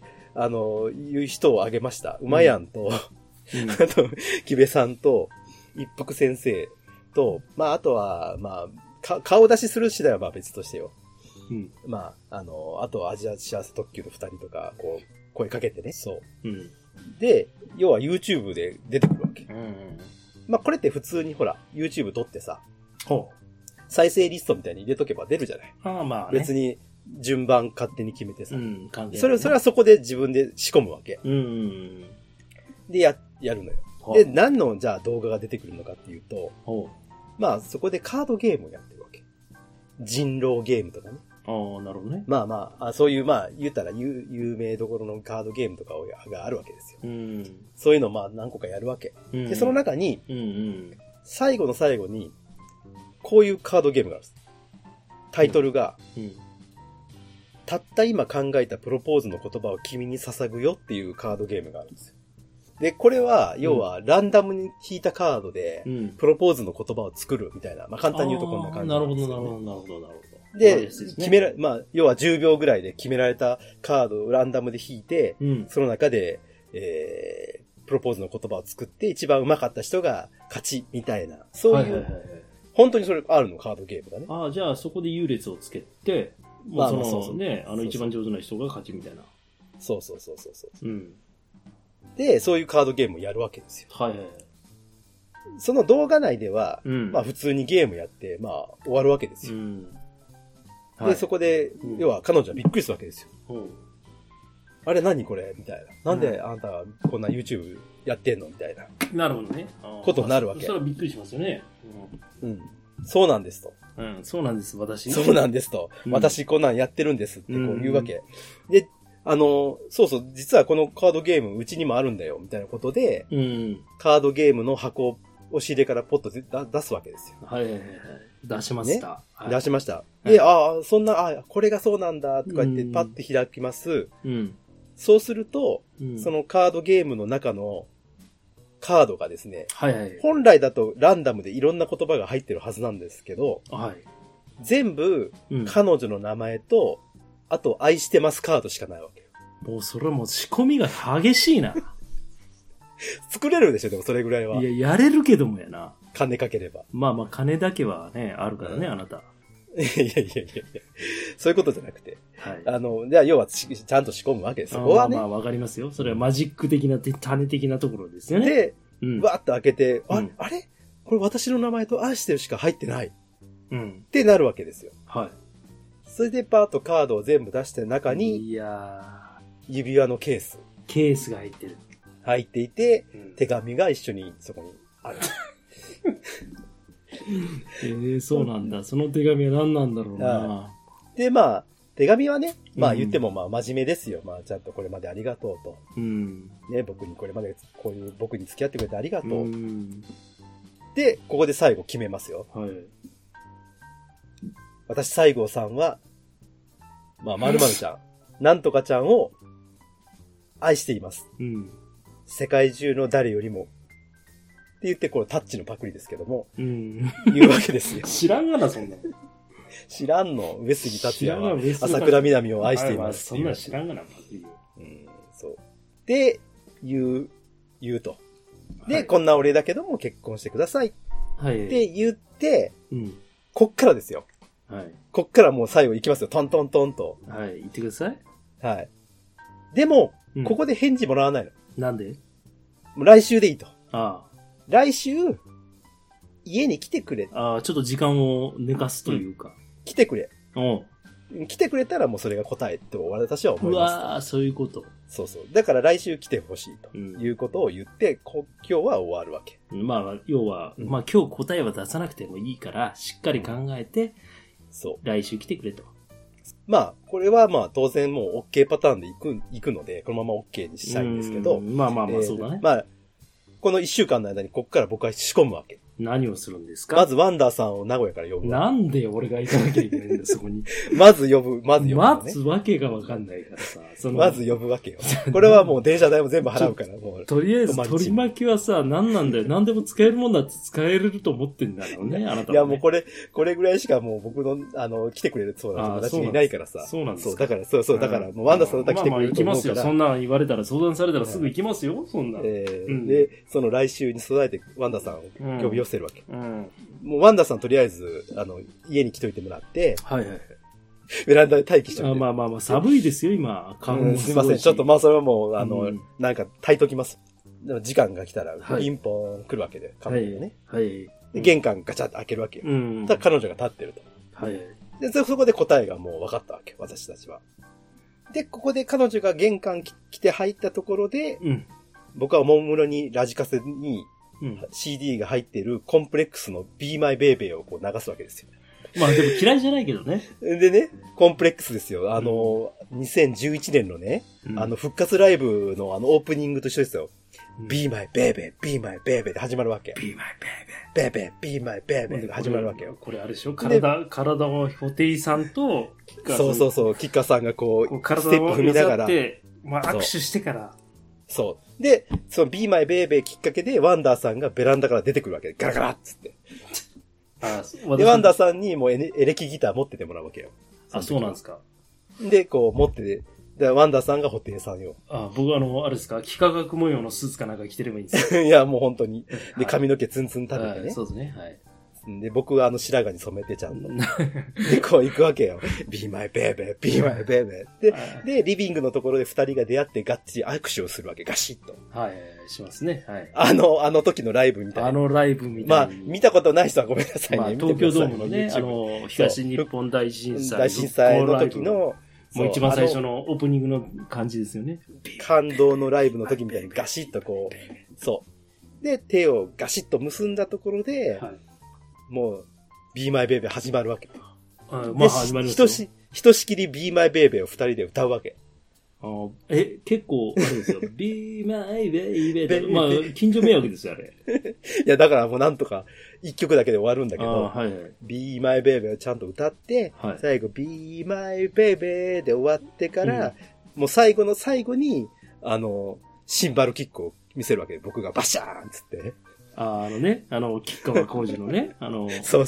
Speaker 2: いう人を挙げました。馬やんと、あと、木部さんと、一服先生と、まあ、あとは、まあ、顔出しする次第はまあ別としてよ。まあ、あとアジア幸せ特急の二人とか、こう、声かけてね。そう。で、要は YouTube で出てくるわけ。まあ、これって普通にほら、YouTube 撮ってさ、再生リストみたいに入れとけば出るじゃない。
Speaker 3: まあ、
Speaker 2: 別に順番勝手に決めてさ。
Speaker 3: それ
Speaker 2: はそこで自分で仕込むわけ。で、やるのよ。で、何のじゃあ動画が出てくるのかっていうと、まあ、そこでカードゲームをやってるわけ。人狼ゲームとかね。
Speaker 3: なるほどね。
Speaker 2: まあまあ、そういう、まあ、言ったら有名どころのカードゲームとかがあるわけですよ。そういうのをまあ何個かやるわけ。で、その中に、最後の最後に、こういうカードゲームがあるんです。タイトルが、たった今考えたプロポーズの言葉を君に捧ぐよっていうカードゲームがあるんですよ。で、これは、要は、ランダムに引いたカードで、プロポーズの言葉を作るみたいな。まあ、簡単に言うとこんな感じなんですよ、ね。なるほど。で、まあ、要は10秒ぐらいで決められたカードをランダムで引いて、その中で、 プロポーズの言葉を作って一番上手かった人が勝ちみたいな、そういう、
Speaker 3: はいはいはいはい、
Speaker 2: 本当にそれあるのカードゲームだね。
Speaker 3: ああ、じゃあそこで優劣をつけて、もうそうそうね、一番上手な人が勝ちみたいな。
Speaker 2: そうそうそうそうそう。
Speaker 3: うん。
Speaker 2: で、そういうカードゲームをやるわけですよ。
Speaker 3: はいはいはい。
Speaker 2: その動画内では、
Speaker 3: うん、
Speaker 2: まあ普通にゲームやって、まあ終わるわけですよ。うんはい、で、そこで、要は彼女はびっくりするわけですよ。あれ何これみたいな。なんであんたこんな YouTube やってんのみたいな。
Speaker 3: なるほどね。
Speaker 2: ことになるわけ。
Speaker 3: それはびっくりしますよね。
Speaker 2: うん。そうなんですと。
Speaker 3: うん、そうなんです、私。
Speaker 2: そうなんですと。私こんなんやってるんですってこう言うわけ。で、そうそう、実はこのカードゲームうちにもあるんだよ、みたいなことで、カードゲームの箱を押し入れからポッと出すわけですよ。
Speaker 3: はいはいはい。出しました。
Speaker 2: ね
Speaker 3: はい、
Speaker 2: 出しました。で、そんな、これがそうなんだ、とか言ってパッて開きます。そうすると、そのカードゲームの中のカードがですね、
Speaker 3: はいはい、
Speaker 2: 本来だとランダムでいろんな言葉が入ってるはずなんですけど、
Speaker 3: はい、
Speaker 2: 全部、彼女の名前と、あと、愛してますカードしかないわけよ。
Speaker 3: もうそれはもう仕込みが激しいな。
Speaker 2: 作れるでしょ、でもそれぐらいは。
Speaker 3: いや、やれるけどもやな。
Speaker 2: 金かければ。
Speaker 3: まあまあ、金だけはね、あるからね、あなた。
Speaker 2: いやそういうことじゃなくて。
Speaker 3: はい。
Speaker 2: じゃあ要はちゃんと仕込むわけです。そこはね。
Speaker 3: まあわかりますよ。それはマジック的な、種的なところですよね。
Speaker 2: で、わーっと開けて、あれこれ私の名前と愛してるしか入ってない。ってなるわけですよ。
Speaker 3: はい。
Speaker 2: それでパートカードを全部出して中に、
Speaker 3: いや
Speaker 2: ー、指輪のケース。
Speaker 3: ケースが入ってる。
Speaker 2: 入っていて、手紙が一緒にそこにある。
Speaker 3: そうなんだ。その手紙は何なんだろうな。
Speaker 2: で、まあ、手紙はね、まあ言ってもまあ真面目ですよ。まあちゃんとこれまでありがとうと。ね、僕にこれまでこういう僕に付き合ってくれてありがとう。で、ここで最後決めますよ。
Speaker 3: はい。
Speaker 2: 私西郷さんは、まあ〇〇ちゃん、なんとかちゃんを愛しています。世界中の誰よりも。って言って、これタッチのパクリですけども。言うわけですよ。
Speaker 3: 知らんがな、そんな。
Speaker 2: 知らんの。上杉達也は朝倉みなみを愛しています。
Speaker 3: そんな知らんがな、パクリ。
Speaker 2: そう。で、言うと。で、こんな俺だけども結婚してください。はい。って言って、こっからですよ。はい。こっからもう最後行きますよ。トントントンと。
Speaker 3: はい。言ってください。
Speaker 2: はい。でも、ここで返事もらわないの。
Speaker 3: なんで？
Speaker 2: もう来週でいいと。
Speaker 3: ああ。
Speaker 2: 来週、家に来てくれ。
Speaker 3: ああ、ちょっと時間を寝かすというか。
Speaker 2: 来てくれ。来てくれたらもうそれが答えと私は思います。
Speaker 3: うわー、そういうこと。
Speaker 2: そうそう。だから来週来てほしいということを言って、今日は終わるわけ。
Speaker 3: まあ、要は、まあ今日答えは出さなくてもいいから、しっかり考えて、そう。来週来てくれと。
Speaker 2: まあ、これはまあ当然もう OK パターンで行くので、このまま OK にしたいんですけど。
Speaker 3: まあ、そうだね。
Speaker 2: まあ、この1週間の間にこっから僕は仕込むわけ。
Speaker 3: 何をするんですか？
Speaker 2: まずワンダーさんを名古屋から呼ぶ。
Speaker 3: なんで俺が行かなきゃいけないんだ、そこに。
Speaker 2: まず呼ぶ、ね。
Speaker 3: 待つわけがわかんないからさ。
Speaker 2: まず呼ぶわけよ。これはもう電車代も全部払うから、もう。
Speaker 3: とりあえず取り巻きはさ、何なんだよ。何でも使えるもんだって使えると思ってんだろうね、あなたは、ね。
Speaker 2: いやもうこれぐらいしかもう僕の、来てくれるそうな友達がいないからさ。
Speaker 3: そうなんです
Speaker 2: か。そう、だからもうワンダーさんだったら来てくれると思うから。
Speaker 3: 行きますよ。そんな言われたら相談されたらすぐ行きますよ、そんな。
Speaker 2: で、その来週に備えてワンダーさんを呼び寄せるわけ。もうワンダーさんとりあえず、家に来といてもらって、
Speaker 3: はいはい。
Speaker 2: ベランダで待機しておいて。
Speaker 3: まあ、寒いですよ、今。
Speaker 2: すいません。ちょっとそれはもう、なんか、炊いときます。でも時間が来たら、ピンポーン来るわけで、彼女がね。はい。で、玄関ガチャって開けるわけよ。ただ彼女が立ってると。はい。で、そこで答えがもう分かったわけ、私たちは。で、ここで彼女が玄関来て入ったところで、僕はおもむろにラジカセに、CD が入っているコンプレックスの Be My Baby をこう流すわけですよ。
Speaker 3: まあでも嫌いじゃないけどね。
Speaker 2: でね、コンプレックスですよ。2011年のね、復活ライブのオープニングと一緒ですよ。Be My Baby, Be My Baby で始まるわけ。
Speaker 3: Be My Baby,
Speaker 2: Baby, Be My Baby で始まるわけよ。
Speaker 3: これあれでしょ？体をホテイさんと、
Speaker 2: そう、キッカーさんがこう、
Speaker 3: ステップ踏みながら。まあ握手してから。
Speaker 2: そう。で、その Be My Baby きっかけでワンダーさんがベランダから出てくるわけで、ガラガラッつって。で、ワンダーさんにもうエレキギター持っててもらうわけよ。
Speaker 3: あ、そうなんですか。
Speaker 2: で、こう持ってて、 で、ワンダさんが布袋さんよ。
Speaker 3: 僕はあれですか、幾何学模様のスーツかなんか着てればいいんですか？
Speaker 2: いや、もう本当に。で、
Speaker 3: はい
Speaker 2: 髪の毛ツンツン立ててね。
Speaker 3: はい、そうですね。はい。
Speaker 2: で、僕は白髪に染めてちゃんと。で、こう行くわけよ。Be my baby, be my baby. で、リビングのところで二人が出会ってガッチリ握手をするわけ、ガシッと。
Speaker 3: はい、しますね。はい。
Speaker 2: あの時のライブみたいな。
Speaker 3: ライブみたいな。
Speaker 2: まあ、見たことない人はごめんなさいね。
Speaker 3: まあ、東京ドームのね、東日本大震災。
Speaker 2: 大震災の時の、
Speaker 3: もう一番最初のオープニングの感じですよね。
Speaker 2: 感動のライブの時みたいにガシッとこう、そう。で、手をガシッと結んだところで、はい、もう、Be My Baby 始まるわけ。
Speaker 3: まあ始まりますよ。
Speaker 2: ひとしきり Be My Baby を二人で歌うわけ。
Speaker 3: 結構、あれですよ。Be My Baby まあ、近所迷惑ですよ、あれ。
Speaker 2: いや、だからもうなんとか、一曲だけで終わるんだけど、
Speaker 3: はいはい、
Speaker 2: Be My Baby をちゃんと歌って、はい、最後 Be My Baby で終わってから、もう最後の最後に、シンバルキックを見せるわけで、僕がバシャーンつって。
Speaker 3: 吉川浩司のね、
Speaker 2: そう。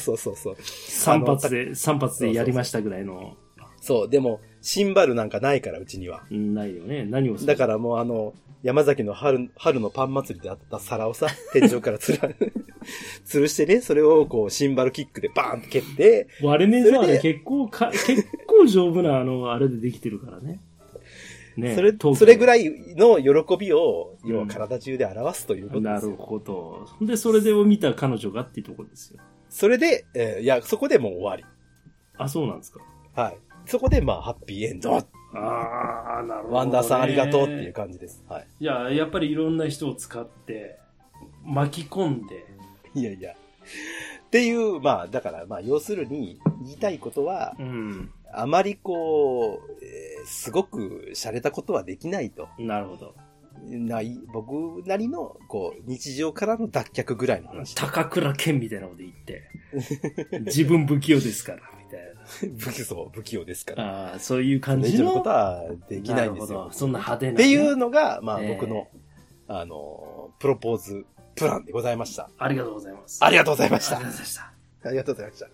Speaker 3: 3発でやりましたぐらいの。
Speaker 2: そう、でも、シンバルなんかないから、うちには。
Speaker 3: ないよね。何をする？
Speaker 2: だからもう山崎の春のパン祭りであった皿をさ、天井から吊るしてね、それをこう、シンバルキックでバーンって蹴って。
Speaker 3: 割れ目さ、結構丈夫なあれでできてるからね。
Speaker 2: ね、それぐらいの喜びを、要は体中で表すということですよ。
Speaker 3: なるほど。で、それで見た彼女がっていうところですよ。
Speaker 2: それで、そこでもう終わり。
Speaker 3: あ、そうなんですか。
Speaker 2: はい。そこで、まあ、ハッピーエンド。
Speaker 3: なるほど、ね。
Speaker 2: ワンダーさんありがとうっていう感じです。はい。
Speaker 3: いや、やっぱりいろんな人を使って、巻き込んで。
Speaker 2: いや。っていう、まあ、だから、まあ、要するに、言いたいことは、あまりこう、すごく洒落たことはできないと。
Speaker 3: なるほど。
Speaker 2: 僕なりの、こう、日常からの脱却ぐらいの話。
Speaker 3: 高倉健みたいなこと言って。自分不器用ですから、みたい
Speaker 2: な。不器用ですから。
Speaker 3: そういう感じの。
Speaker 2: それ以上のことはできないんですよ。
Speaker 3: なるほど。そんな派手な、ね。
Speaker 2: っていうのが、まあ、僕の、プロポーズプランでございました。
Speaker 3: ありがとうございます。
Speaker 2: ありがとうございました。
Speaker 3: ありがとうございました。
Speaker 2: ありがとうございました。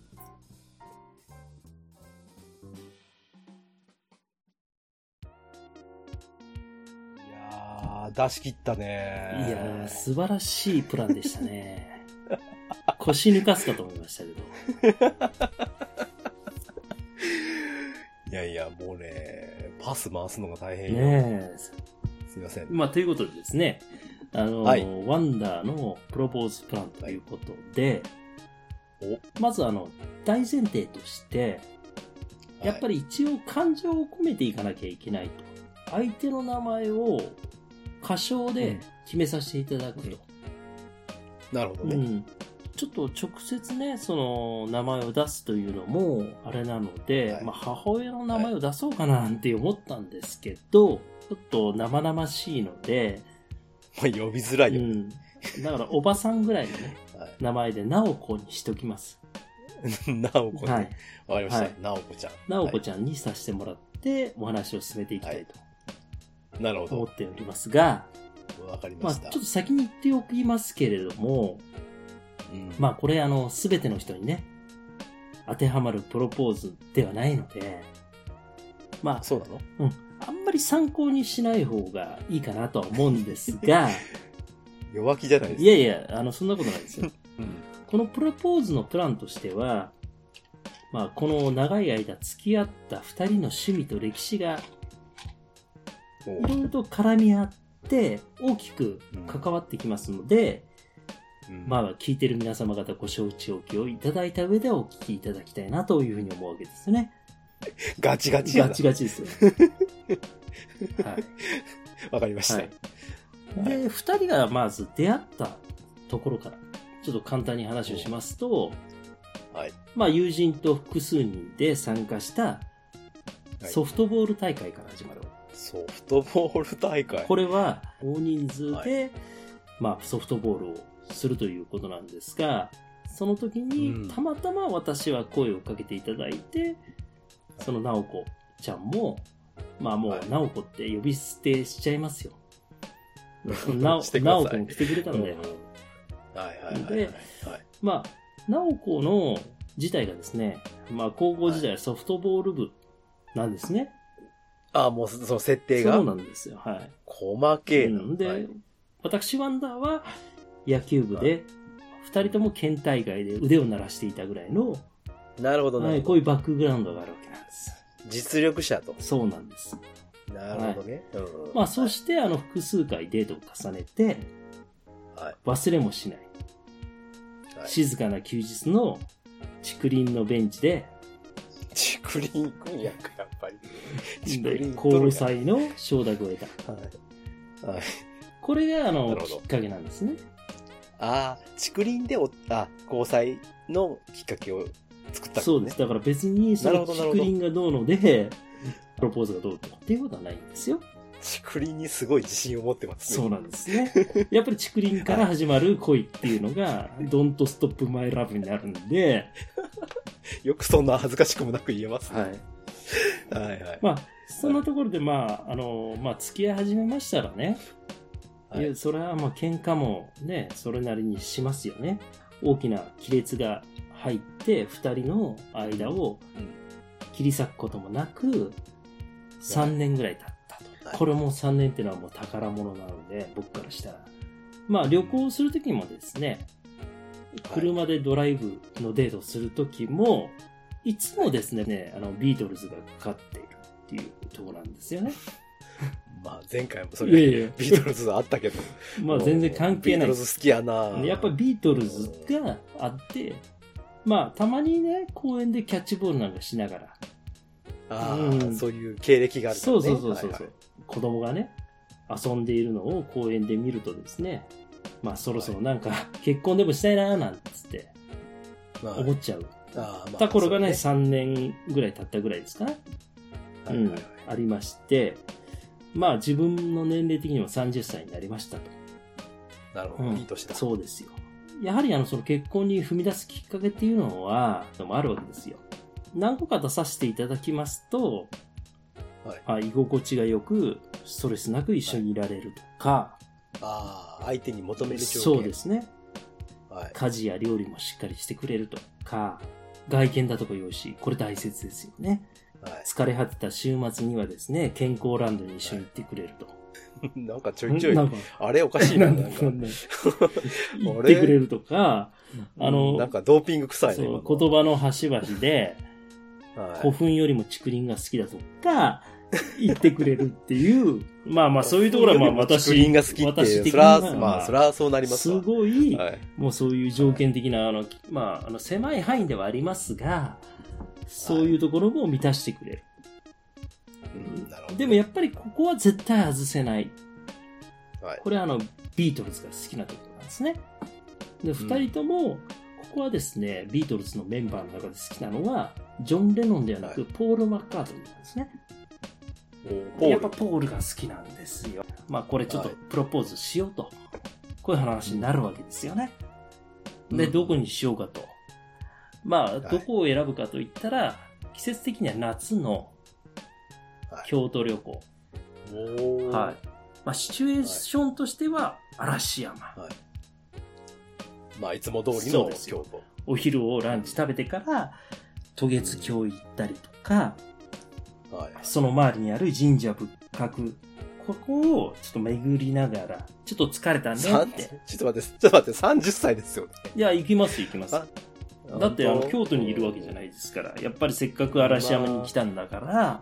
Speaker 2: 出し切ったね。
Speaker 3: いやー、素晴らしいプランでしたね。腰抜かすかと思いましたけど。
Speaker 2: いや、もうね、パス回すのが大変よ。
Speaker 3: ねえ。
Speaker 2: すいません。
Speaker 3: まあ、ということでですね、はい、ワンダーのプロポーズプランということで、まず大前提として、やっぱり一応感情を込めていかなきゃいけないと。相手の名前を歌唱で決めさせていただくと。
Speaker 2: なるほどね。
Speaker 3: ちょっと直接ね、その名前を出すというのもあれなので、まあ母親の名前を出そうかななんて思ったんですけど、ちょっと生々しいので、
Speaker 2: まあ呼びづらいよね。
Speaker 3: だからおばさんぐらいのね、名前でなおこにしときます。
Speaker 2: なおこね。わかりました。なおこちゃん。
Speaker 3: なおこちゃんにさせてもらってお話を進めていきたいと。
Speaker 2: なるほど。
Speaker 3: 思っておりますが、
Speaker 2: わかりました。
Speaker 3: ちょっと先に言っておきますけれども、まあこれすべての人にね、当てはまるプロポーズではないので、まあ、
Speaker 2: そうなの？
Speaker 3: あんまり参考にしない方がいいかなとは思うんですが、
Speaker 2: 弱気じゃないですか。
Speaker 3: いや、そんなことないですよ。このプロポーズのプランとしては、まあこの長い間付き合った2人の趣味と歴史がいろいろと絡み合って大きく関わってきますので、まあ聞いてる皆様方ご承知おきをいただいた上でお聞きいただきたいなというふうに思うわけですね。
Speaker 2: ガチガチ
Speaker 3: ですよ。はい。
Speaker 2: わかりました。
Speaker 3: はい、で、二人がまず出会ったところからちょっと簡単に話をしますと、
Speaker 2: はい。
Speaker 3: まあ友人と複数人で参加したソフトボール大会から始まる。
Speaker 2: ソフトボール大会。
Speaker 3: これは大人数で、まあソフトボールをするということなんですが、その時にたまたま私は声をかけていただいて、その直子ちゃんも、まあもう直子って呼び捨てしちゃいますよ。直子も来てくれたんだよ。で、まあ直子の自体がですね、まあ高校時代はソフトボール部なんですね。
Speaker 2: ああ、もうその設定が。
Speaker 3: そうなんですよ。はい。
Speaker 2: 細けえな。
Speaker 3: で、
Speaker 2: はい、
Speaker 3: 私ワンダーは野球部で、二人とも県大会で腕を鳴らしていたぐらいの、
Speaker 2: なるほどね、
Speaker 3: はい、こういうバックグラウンドがあるわけなんです。
Speaker 2: 実力者と。
Speaker 3: そうなんです。
Speaker 2: なるほどね。はい、
Speaker 3: まあ、そして複数回デートを重ねて、はい、忘れもしない、はい。静かな休日の竹林のベンチで、
Speaker 2: 竹林行くんやんか、やっぱり。
Speaker 3: 交際の承諾を得た。
Speaker 2: はい。はい。
Speaker 3: これが、きっかけなんですね。
Speaker 2: ああ、竹林で交際のきっかけを作ったんですね。
Speaker 3: そうです。だから別に、その竹林がどうので、プロポーズがどうとかっていうことはないんですよ。
Speaker 2: 竹林にすごい自信を持ってますね。
Speaker 3: そうなんですね。やっぱり竹林から始まる恋っていうのが、Don't Stop My Love になるんで、
Speaker 2: よくそんな恥ずかしくもなく言えますね。はい。はいはい。
Speaker 3: まあ、そんなところで、まあ、付き合い始めましたらね、はい、それはまあ喧嘩もね、それなりにしますよね。大きな亀裂が入って、二人の間を切り裂くこともなく、3年ぐらい経ったと。はい、これも3年っていうのはもう宝物なので、僕からしたら。まあ、旅行するときもですね、車でドライブのデートをするときも、いつもですね、ビートルズがかかっているっていうところなんですよね。
Speaker 2: まあ前回もそれ、ビートルズあったけど。
Speaker 3: まあ全然関係ない。
Speaker 2: ビートルズ好きやな。
Speaker 3: やっぱビートルズがあって、まあたまにね、公園でキャッチボールなんかしながら。
Speaker 2: そういう経歴があるからね。
Speaker 3: そう。はいはい、子供がね、遊んでいるのを公園で見るとですね、まあそろそろなんか結婚でもしたいなーなんつって思っちゃう。た頃がね、3年ぐらい経ったぐらいですかね。ありまして、まあ自分の年齢的には30歳になりましたと。
Speaker 2: なるほど、いい年だ。
Speaker 3: そうですよ。やはりその結婚に踏み出すきっかけっていうのは、あるわけですよ。何個か出させていただきますと、居心地がよく、ストレスなく一緒にいられるとか、
Speaker 2: 相手に求める条件。
Speaker 3: そうですね。家事や料理もしっかりしてくれるとか、外見だとかよし、これ大切ですよね。疲れ果てた週末にはですね、健康ランドに一緒に行ってくれると。
Speaker 2: なんかちょいちょい、あれおかしいな、なんか。
Speaker 3: 行ってくれるとか、
Speaker 2: なんかドーピング臭いね。
Speaker 3: そう、言葉の端々で、古墳よりも竹林が好きだとか、言ってくれるっていう、まあそういうところはまあ私、
Speaker 2: 竹林が好きっていう、そらそうなりますわ。
Speaker 3: すごい、もうそういう条件的な、狭い範囲ではありますが、そういうところも満たしてくれる。でもやっぱりここは絶対外せない。これはビートルズが好きなところなんですね。で、二人とも、ここはですね、ビートルズのメンバーの中で好きなのは、ジョン・レノンではなく、ポール・マッカートニーなんですね。やっぱポールが好きなんですよ。まあこれちょっとプロポーズしようと。こういう話になるわけですよね。で、どこにしようかと。まあ、どこを選ぶかといったら、季節的には夏の京都旅行。はい。まあ、シチュエーションとしては、嵐山。
Speaker 2: まあ、いつも通りの京都。
Speaker 3: お昼をランチ食べてから、渡月橋行ったりとか、その周りにある神社仏閣、ここをちょっと巡りながら、ちょっと疲れたねって。
Speaker 2: ちょっと待って、30歳ですよね。
Speaker 3: いや、行きます。だって京都にいるわけじゃないですから、やっぱりせっかく嵐山に来たんだから、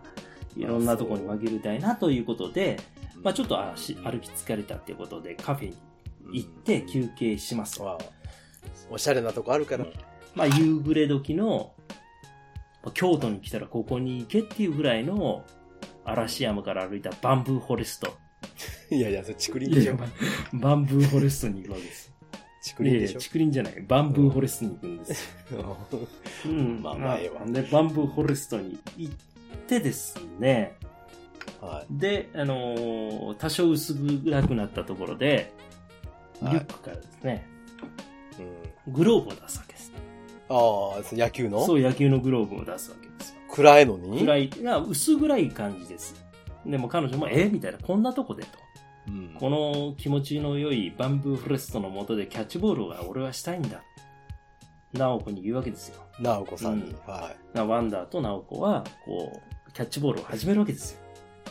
Speaker 3: いろんなところに紛れたいなということで、まあちょっと歩き疲れたっていうことでカフェに行って休憩します。
Speaker 2: おしゃれなとこあるから。
Speaker 3: まあ夕暮れ時の、京都に来たらここに行けっていうぐらいの嵐山から歩いたバンブーフォレスト。
Speaker 2: いやいや、それ竹林でしょ。
Speaker 3: バンブーフォレストに行くわけです。
Speaker 2: 竹林でしょ。
Speaker 3: 竹林じゃない。バンブーフォレストに行くんですよ。
Speaker 2: まあ前は。
Speaker 3: で、バンブーフォレストに行ってですね。で、多少薄暗くなったところで、リュックからですね、グローブを出すわけです。
Speaker 2: 野球の？
Speaker 3: そう、野球のグローブを出すわけですよ。
Speaker 2: 暗いのに？
Speaker 3: 暗い、薄暗い感じです。でも彼女も、みたいな、こんなとこでと。この気持ちの良いバンブーフォレストの下でキャッチボールが俺はしたいんだ。直子に言うわけですよ。
Speaker 2: 直子さんに。
Speaker 3: ワンダーと直子は、こう、キャッチボールを始めるわけですよ。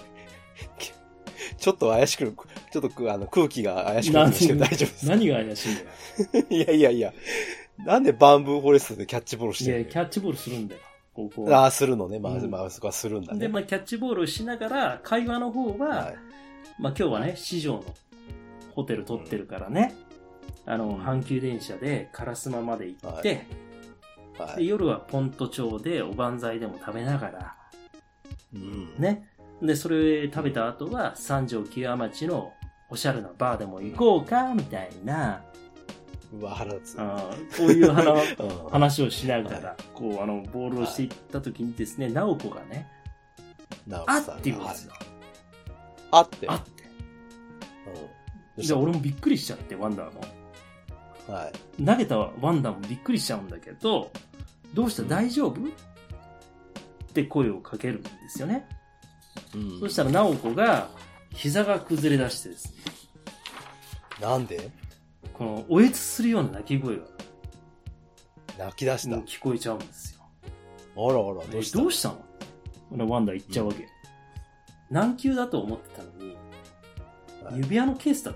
Speaker 2: ちょっと怪しく、ちょっと空気が怪しくなってますけど大丈夫です。
Speaker 3: 何が怪しいんだよ。
Speaker 2: いやいやいや。なんでバンブーフォレストでキャッチボールしてるの？
Speaker 3: いや、キャッチボールするんだよ。ここ
Speaker 2: ああ、するのね。まあ、
Speaker 3: うん
Speaker 2: まあ、そこはするんだね。
Speaker 3: で、まあ、キャッチボールをしながら、会話の方は、
Speaker 2: はい、
Speaker 3: まあ、今日はね、市場のホテル取ってるからね、阪急電車で烏丸まで行って、
Speaker 2: はい
Speaker 3: で夜はポント町でおばんざいでも食べながら、ね。で、それ食べた後は、三条木屋町のおしゃれなバーでも行こうか、みたいな、
Speaker 2: うわ、腹立つ。
Speaker 3: こういう話をしながら、こう、ボールをしていった時にですね、直子がね、あって言うんですよ。
Speaker 2: あって。
Speaker 3: あって。じゃあ俺もびっくりしちゃって、ワンダーも。
Speaker 2: はい。
Speaker 3: 投げたワンダーもびっくりしちゃうんだけど、どうした大丈夫って声をかけるんですよね。そしたら直子が膝が崩れ出してですね。
Speaker 2: なんで？
Speaker 3: このおえつするような泣き声が
Speaker 2: 泣き出した。
Speaker 3: 聞こえちゃうんですよ。
Speaker 2: あらあら、どうした
Speaker 3: の？ワンダー言っちゃうわけ。軟球だと思ってたのに、指輪のケースだった。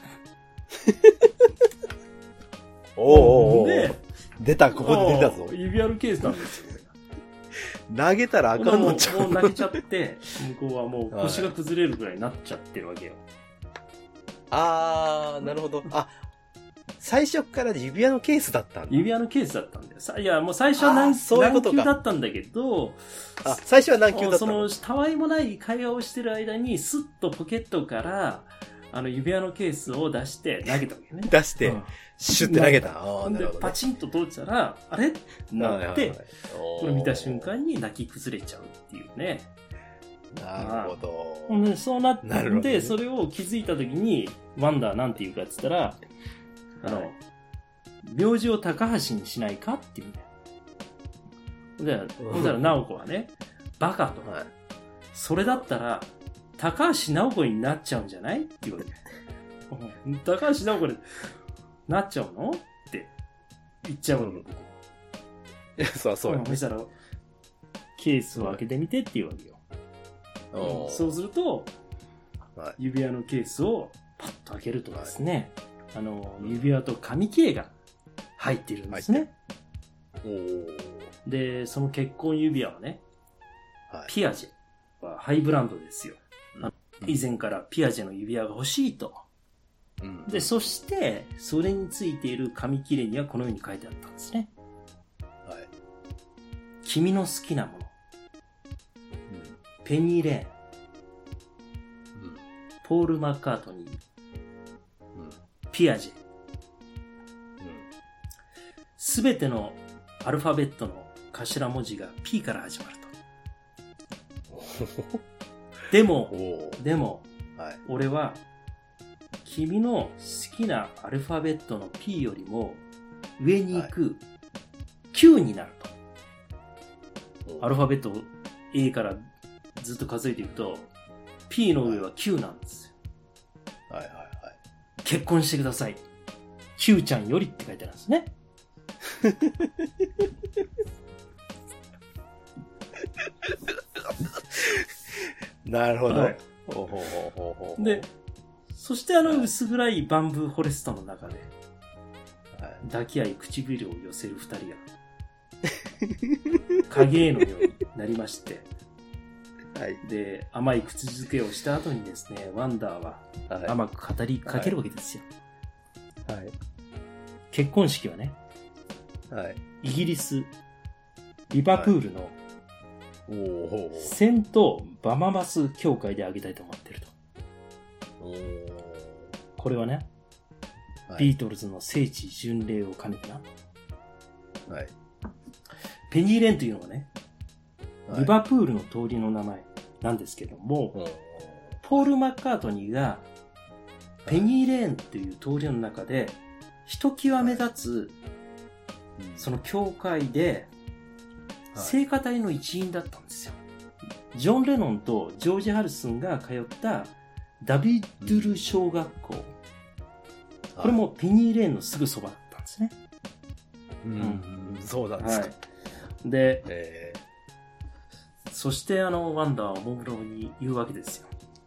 Speaker 2: おー
Speaker 3: で、
Speaker 2: 出た、ここで出たぞ。
Speaker 3: 指輪のケースなんですよ。
Speaker 2: 投げたらあかんのちゃう。
Speaker 3: もう投げちゃって、向こうはもう腰が崩れるぐらいになっちゃってるわけよ。
Speaker 2: あー、なるほど。あ、最初から指輪のケースだったんだ。
Speaker 3: 指輪のケースだったんだよ。いや、もう最初は軟球だったんだけど、
Speaker 2: あ、最初は軟球だった
Speaker 3: の。たわいもない会話をしてる間に、スッとポケットから、指輪のケースを出して投げたわけね。
Speaker 2: 出して、シュッて投げた。
Speaker 3: で、パチンと通ったら、あれってなって、これ見た瞬間に泣き崩れちゃうっていうね。
Speaker 2: なるほ
Speaker 3: ど。そうなって、それを気づいたときに、ワンダーなんて言うかって言ったら、名字を高橋にしないかっていうんだよ。ほんだら直子はね、バカと。それだったら、高橋直子になっちゃうんじゃないって言うわけ。高橋直子になっちゃうのって言っちゃうわけ。
Speaker 2: いや、そう
Speaker 3: そしたら、ケースを開けてみてって言うわけよ。そうすると、指輪のケースをパッと開けるとですね、指輪と紙切れが入っているんですね。で、その結婚指輪はね、ピアジェはハイブランドですよ。以前からピアジェの指輪が欲しいと。で、そして、それについている紙切れにはこのように書いてあったんですね。君の好きなもの。ペニー・レーン。ポール・マッカートニー。ピアジェ。すべてのアルファベットの頭文字が P から始まると。でも、俺は、君の好きなアルファベットの P よりも上に行く Q になると。アルファベット A からずっと数えていくと、P の上は Q なんですよ。結婚してください。Q ちゃんよりって書いてあるんですね。
Speaker 2: なるほど。
Speaker 3: で、そして薄暗いバンブーフォレストの中で、抱き合い唇を寄せる二人が、影絵のようになりまして、で、甘い口づけをした後にですね、ワンダーは甘く語りかけるわけですよ。結婚式はね、イギリス、リバプールの、セント・バマバス教会であげたいと思っていると。これはね、ビートルズの聖地巡礼を兼ねてな。ペニーレーンというのはね、リバプールの通りの名前なんですけども、ポール・マッカートニーがペニーレーンという通りの中でひときわ目立つその教会で聖歌隊の一員だったんですよ。ジョン・レノンとジョージ・ハリスンが通ったダビッドゥル小学校、これもペニーレーンのすぐそばだったんですね。
Speaker 2: そうなんですか。
Speaker 3: で、そしてワンダーはおもむろに言うわけですよ。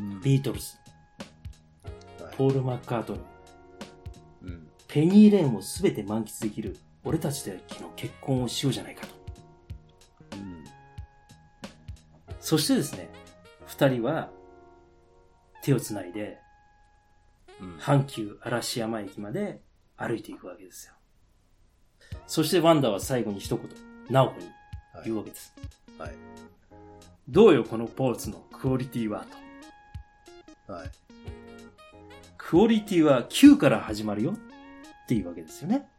Speaker 3: ビートルズ、ポール・マッカートニー、
Speaker 2: うん。
Speaker 3: ペニー・レーンを全て満喫できる俺たちで昨日結婚をしようじゃないかと。
Speaker 2: うん。
Speaker 3: そしてですね、二人は手をつないで、阪急嵐山駅まで歩いていくわけですよ。そしてワンダは最後に一言、ナオコに言うわけです。
Speaker 2: はい。はい、
Speaker 3: どうよこのポーズのクオリティはと。
Speaker 2: はい。
Speaker 3: クオリティは9から始まるよっていうわけですよね。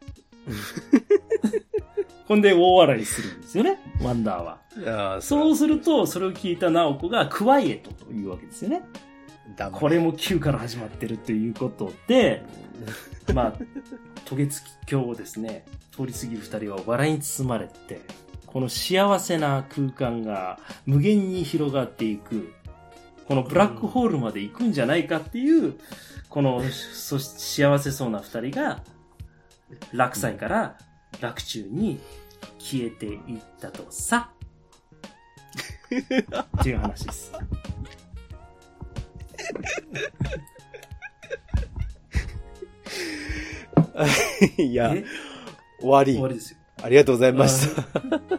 Speaker 3: ほんで大笑いするんですよね、ワンダーは。そうすると、それを聞いたナオコがクワイエットというわけですよね。これも9から始まってるということで、まあ、渡月橋をですね、通り過ぎる二人は笑いに包まれて、この幸せな空間が無限に広がっていく、このブラックホールまで行くんじゃないかっていう、この幸せそうな二人が、落斎から落中に消えていったとさ。っていう話です。
Speaker 2: いや、終わり
Speaker 3: ですよ。
Speaker 2: ありがとうございました。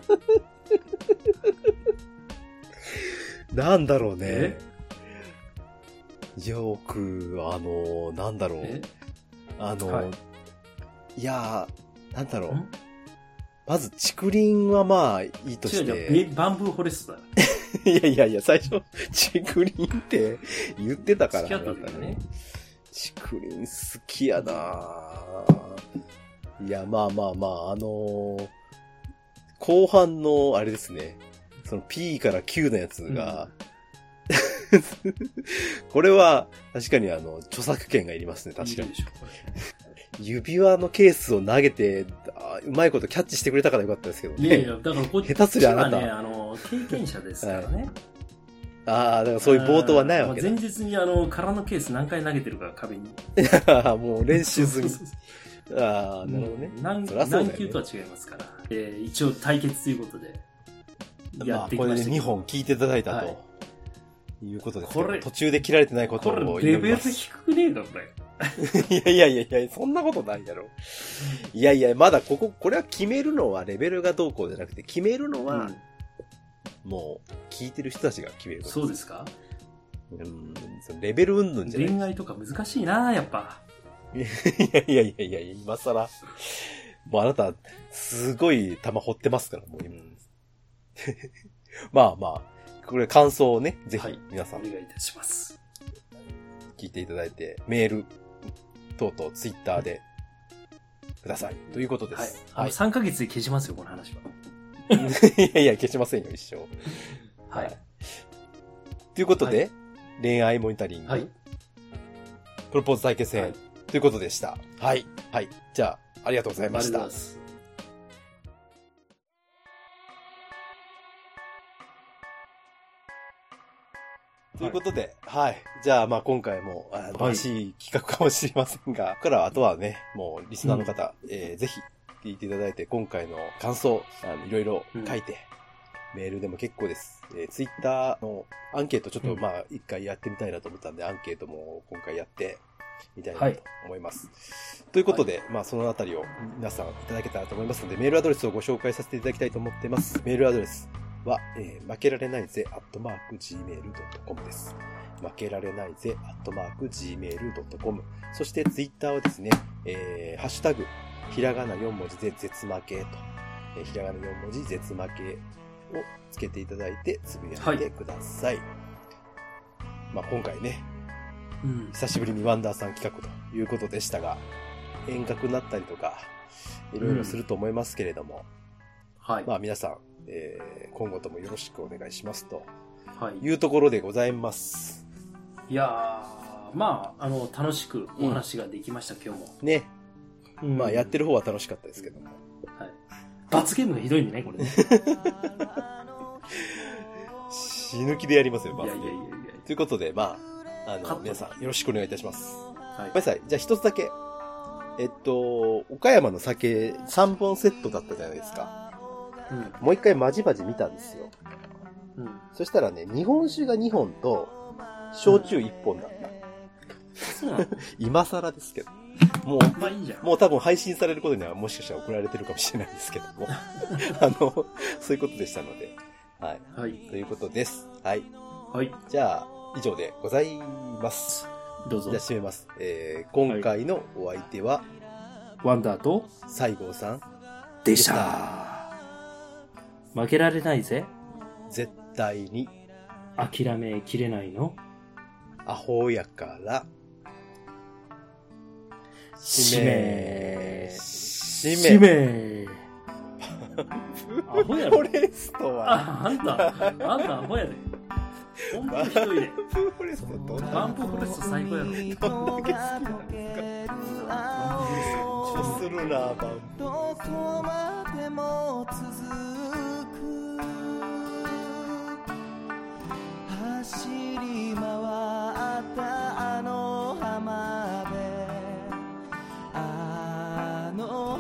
Speaker 2: なんだろうね。よく、なんだろう。はい、いやー、なんだろう。まず、竹林はまあ、いいとして。
Speaker 3: バンブーフォレストだ。
Speaker 2: いや、最初、竹林って言ってたから。
Speaker 3: 好きだったね。
Speaker 2: 竹林好きやなぁ。いや、まあ、後半の、あれですね。その P から Q のやつが、これは、確かに著作権がいりますね、確かに。いいでしょ、これ。指輪のケースを投げて、うまいことキャッチしてくれたからよかったですけどね。
Speaker 3: いやいや、だからこっちはね、
Speaker 2: 下手すりゃあなた。
Speaker 3: 経験者ですからね。
Speaker 2: ああ、だからそういう冒頭はないわけだ。
Speaker 3: 前日に空のケース何回投げてるから壁に。
Speaker 2: もう練習済み。ああ、なるほどね。
Speaker 3: 何球とは違いますから。一応対決ということでやってきました。
Speaker 2: これで2本聞いていただいたと。いうことです。途中で切られてないことを
Speaker 3: これレベル低くねえか、これ。
Speaker 2: いや、そんなことないだろ。いや、まだこれは決めるのはレベルがどうこうじゃなくて、決めるのは、もう、聞いてる人たちが決める。
Speaker 3: そうですか？
Speaker 2: レベル云々じゃない。
Speaker 3: 恋愛とか難しいな、やっぱ。
Speaker 2: いや、今更。もうあなた、すごい玉掘ってますから、もう今。まあ、これ感想をね、ぜひ皆さん、
Speaker 3: お願いいたします。
Speaker 2: 聞いていただいて、メール、等々ツイッターでください。ということです。
Speaker 3: はい。3ヶ月で消しますよ、この話は。
Speaker 2: いや、消しませんよ、一生。
Speaker 3: はい。
Speaker 2: ということで、恋愛モニタリング、プロポーズ対決戦、ということでした。はい。じゃあ、ありがとうございました。
Speaker 3: ありがとうございます。
Speaker 2: ということで、じゃあ、今回も、新しい企画かもしれませんが、ここからあとはね、もう、リスナーの方、ぜひ、聞いていただいて、今回の感想、いろいろ書いて、メールでも結構です。ツイッターのアンケートちょっと、一回やってみたいなと思ったんで、アンケートも今回やってみたいなと思います。ということで、そのあたりを皆さんいただけたらと思いますので、メールアドレスをご紹介させていただきたいと思ってます。メールアドレスは、負けられないぜ@gmail.com です。負けられないぜ@gmail.com。そしてツイッターはですね、ハッシュタグ、ひらがな4文字で絶負けと、ひらがな4文字絶負けをつけていただいてつぶやいてください。今回ね、久しぶりにワンダーさん企画ということでしたが、遠隔になったりとか、いろいろすると思いますけれども、皆さん、今後ともよろしくお願いしますというところでございます。
Speaker 3: いやー、楽しくお話ができました、今日も。
Speaker 2: ね。やってる方は楽しかったですけども。
Speaker 3: 罰ゲームがひどいんでね、これね。
Speaker 2: 死ぬ気でやりますよ、罰ゲーム。ということで、皆さんよろしくお願いいたします。ごめんなさい。じゃあ一つだけ。岡山の酒3本セットだったじゃないですか。もう一回まじまじ見たんですよ。そしたらね、日本酒が2本と、 焼酎1本だった。
Speaker 3: そうなの？
Speaker 2: 今更ですけど。もう、
Speaker 3: まあいいじゃん。
Speaker 2: もう多分配信されることにはもしかしたら送られてるかもしれないですけども。そういうことでしたので。はい。
Speaker 3: はい。
Speaker 2: ということです。はい。
Speaker 3: はい。
Speaker 2: じゃあ、以上でございます。
Speaker 3: どうぞ。
Speaker 2: じゃあ締めます。今回のお相手は、
Speaker 3: ワンダーと
Speaker 2: 西郷さん
Speaker 3: でした。負けられないぜ。
Speaker 2: 絶対に
Speaker 3: 諦めきれないの。
Speaker 2: アホやから
Speaker 3: 締めアホやろ。
Speaker 2: フォレストは
Speaker 3: あんたアホやで。ほんとひどいで。
Speaker 2: フォレストどんな
Speaker 3: バンプフォレスト最高やろ。
Speaker 2: どんだけ好きなんですか。超するなバンプ。
Speaker 4: どこまでも続く走り回ったあの浜辺、あの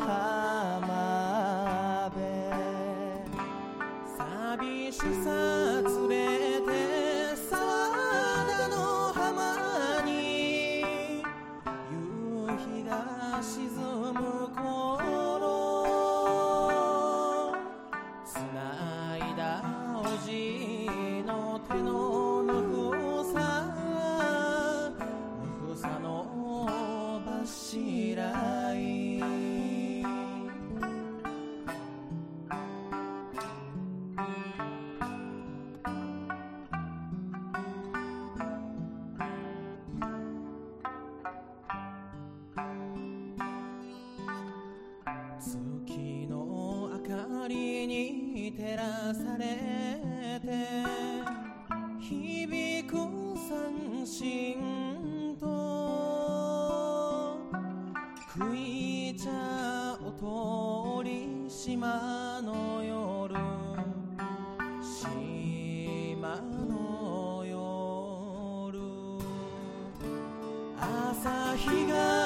Speaker 4: 浜辺、寂しさ連れて佐渡の浜に夕日が沈む頃、繋いだおじの手のぬくさ、ぬくさの柱い、月の明かりに照らされて響く三振と食い茶お通り島の夜、島の夜、朝日が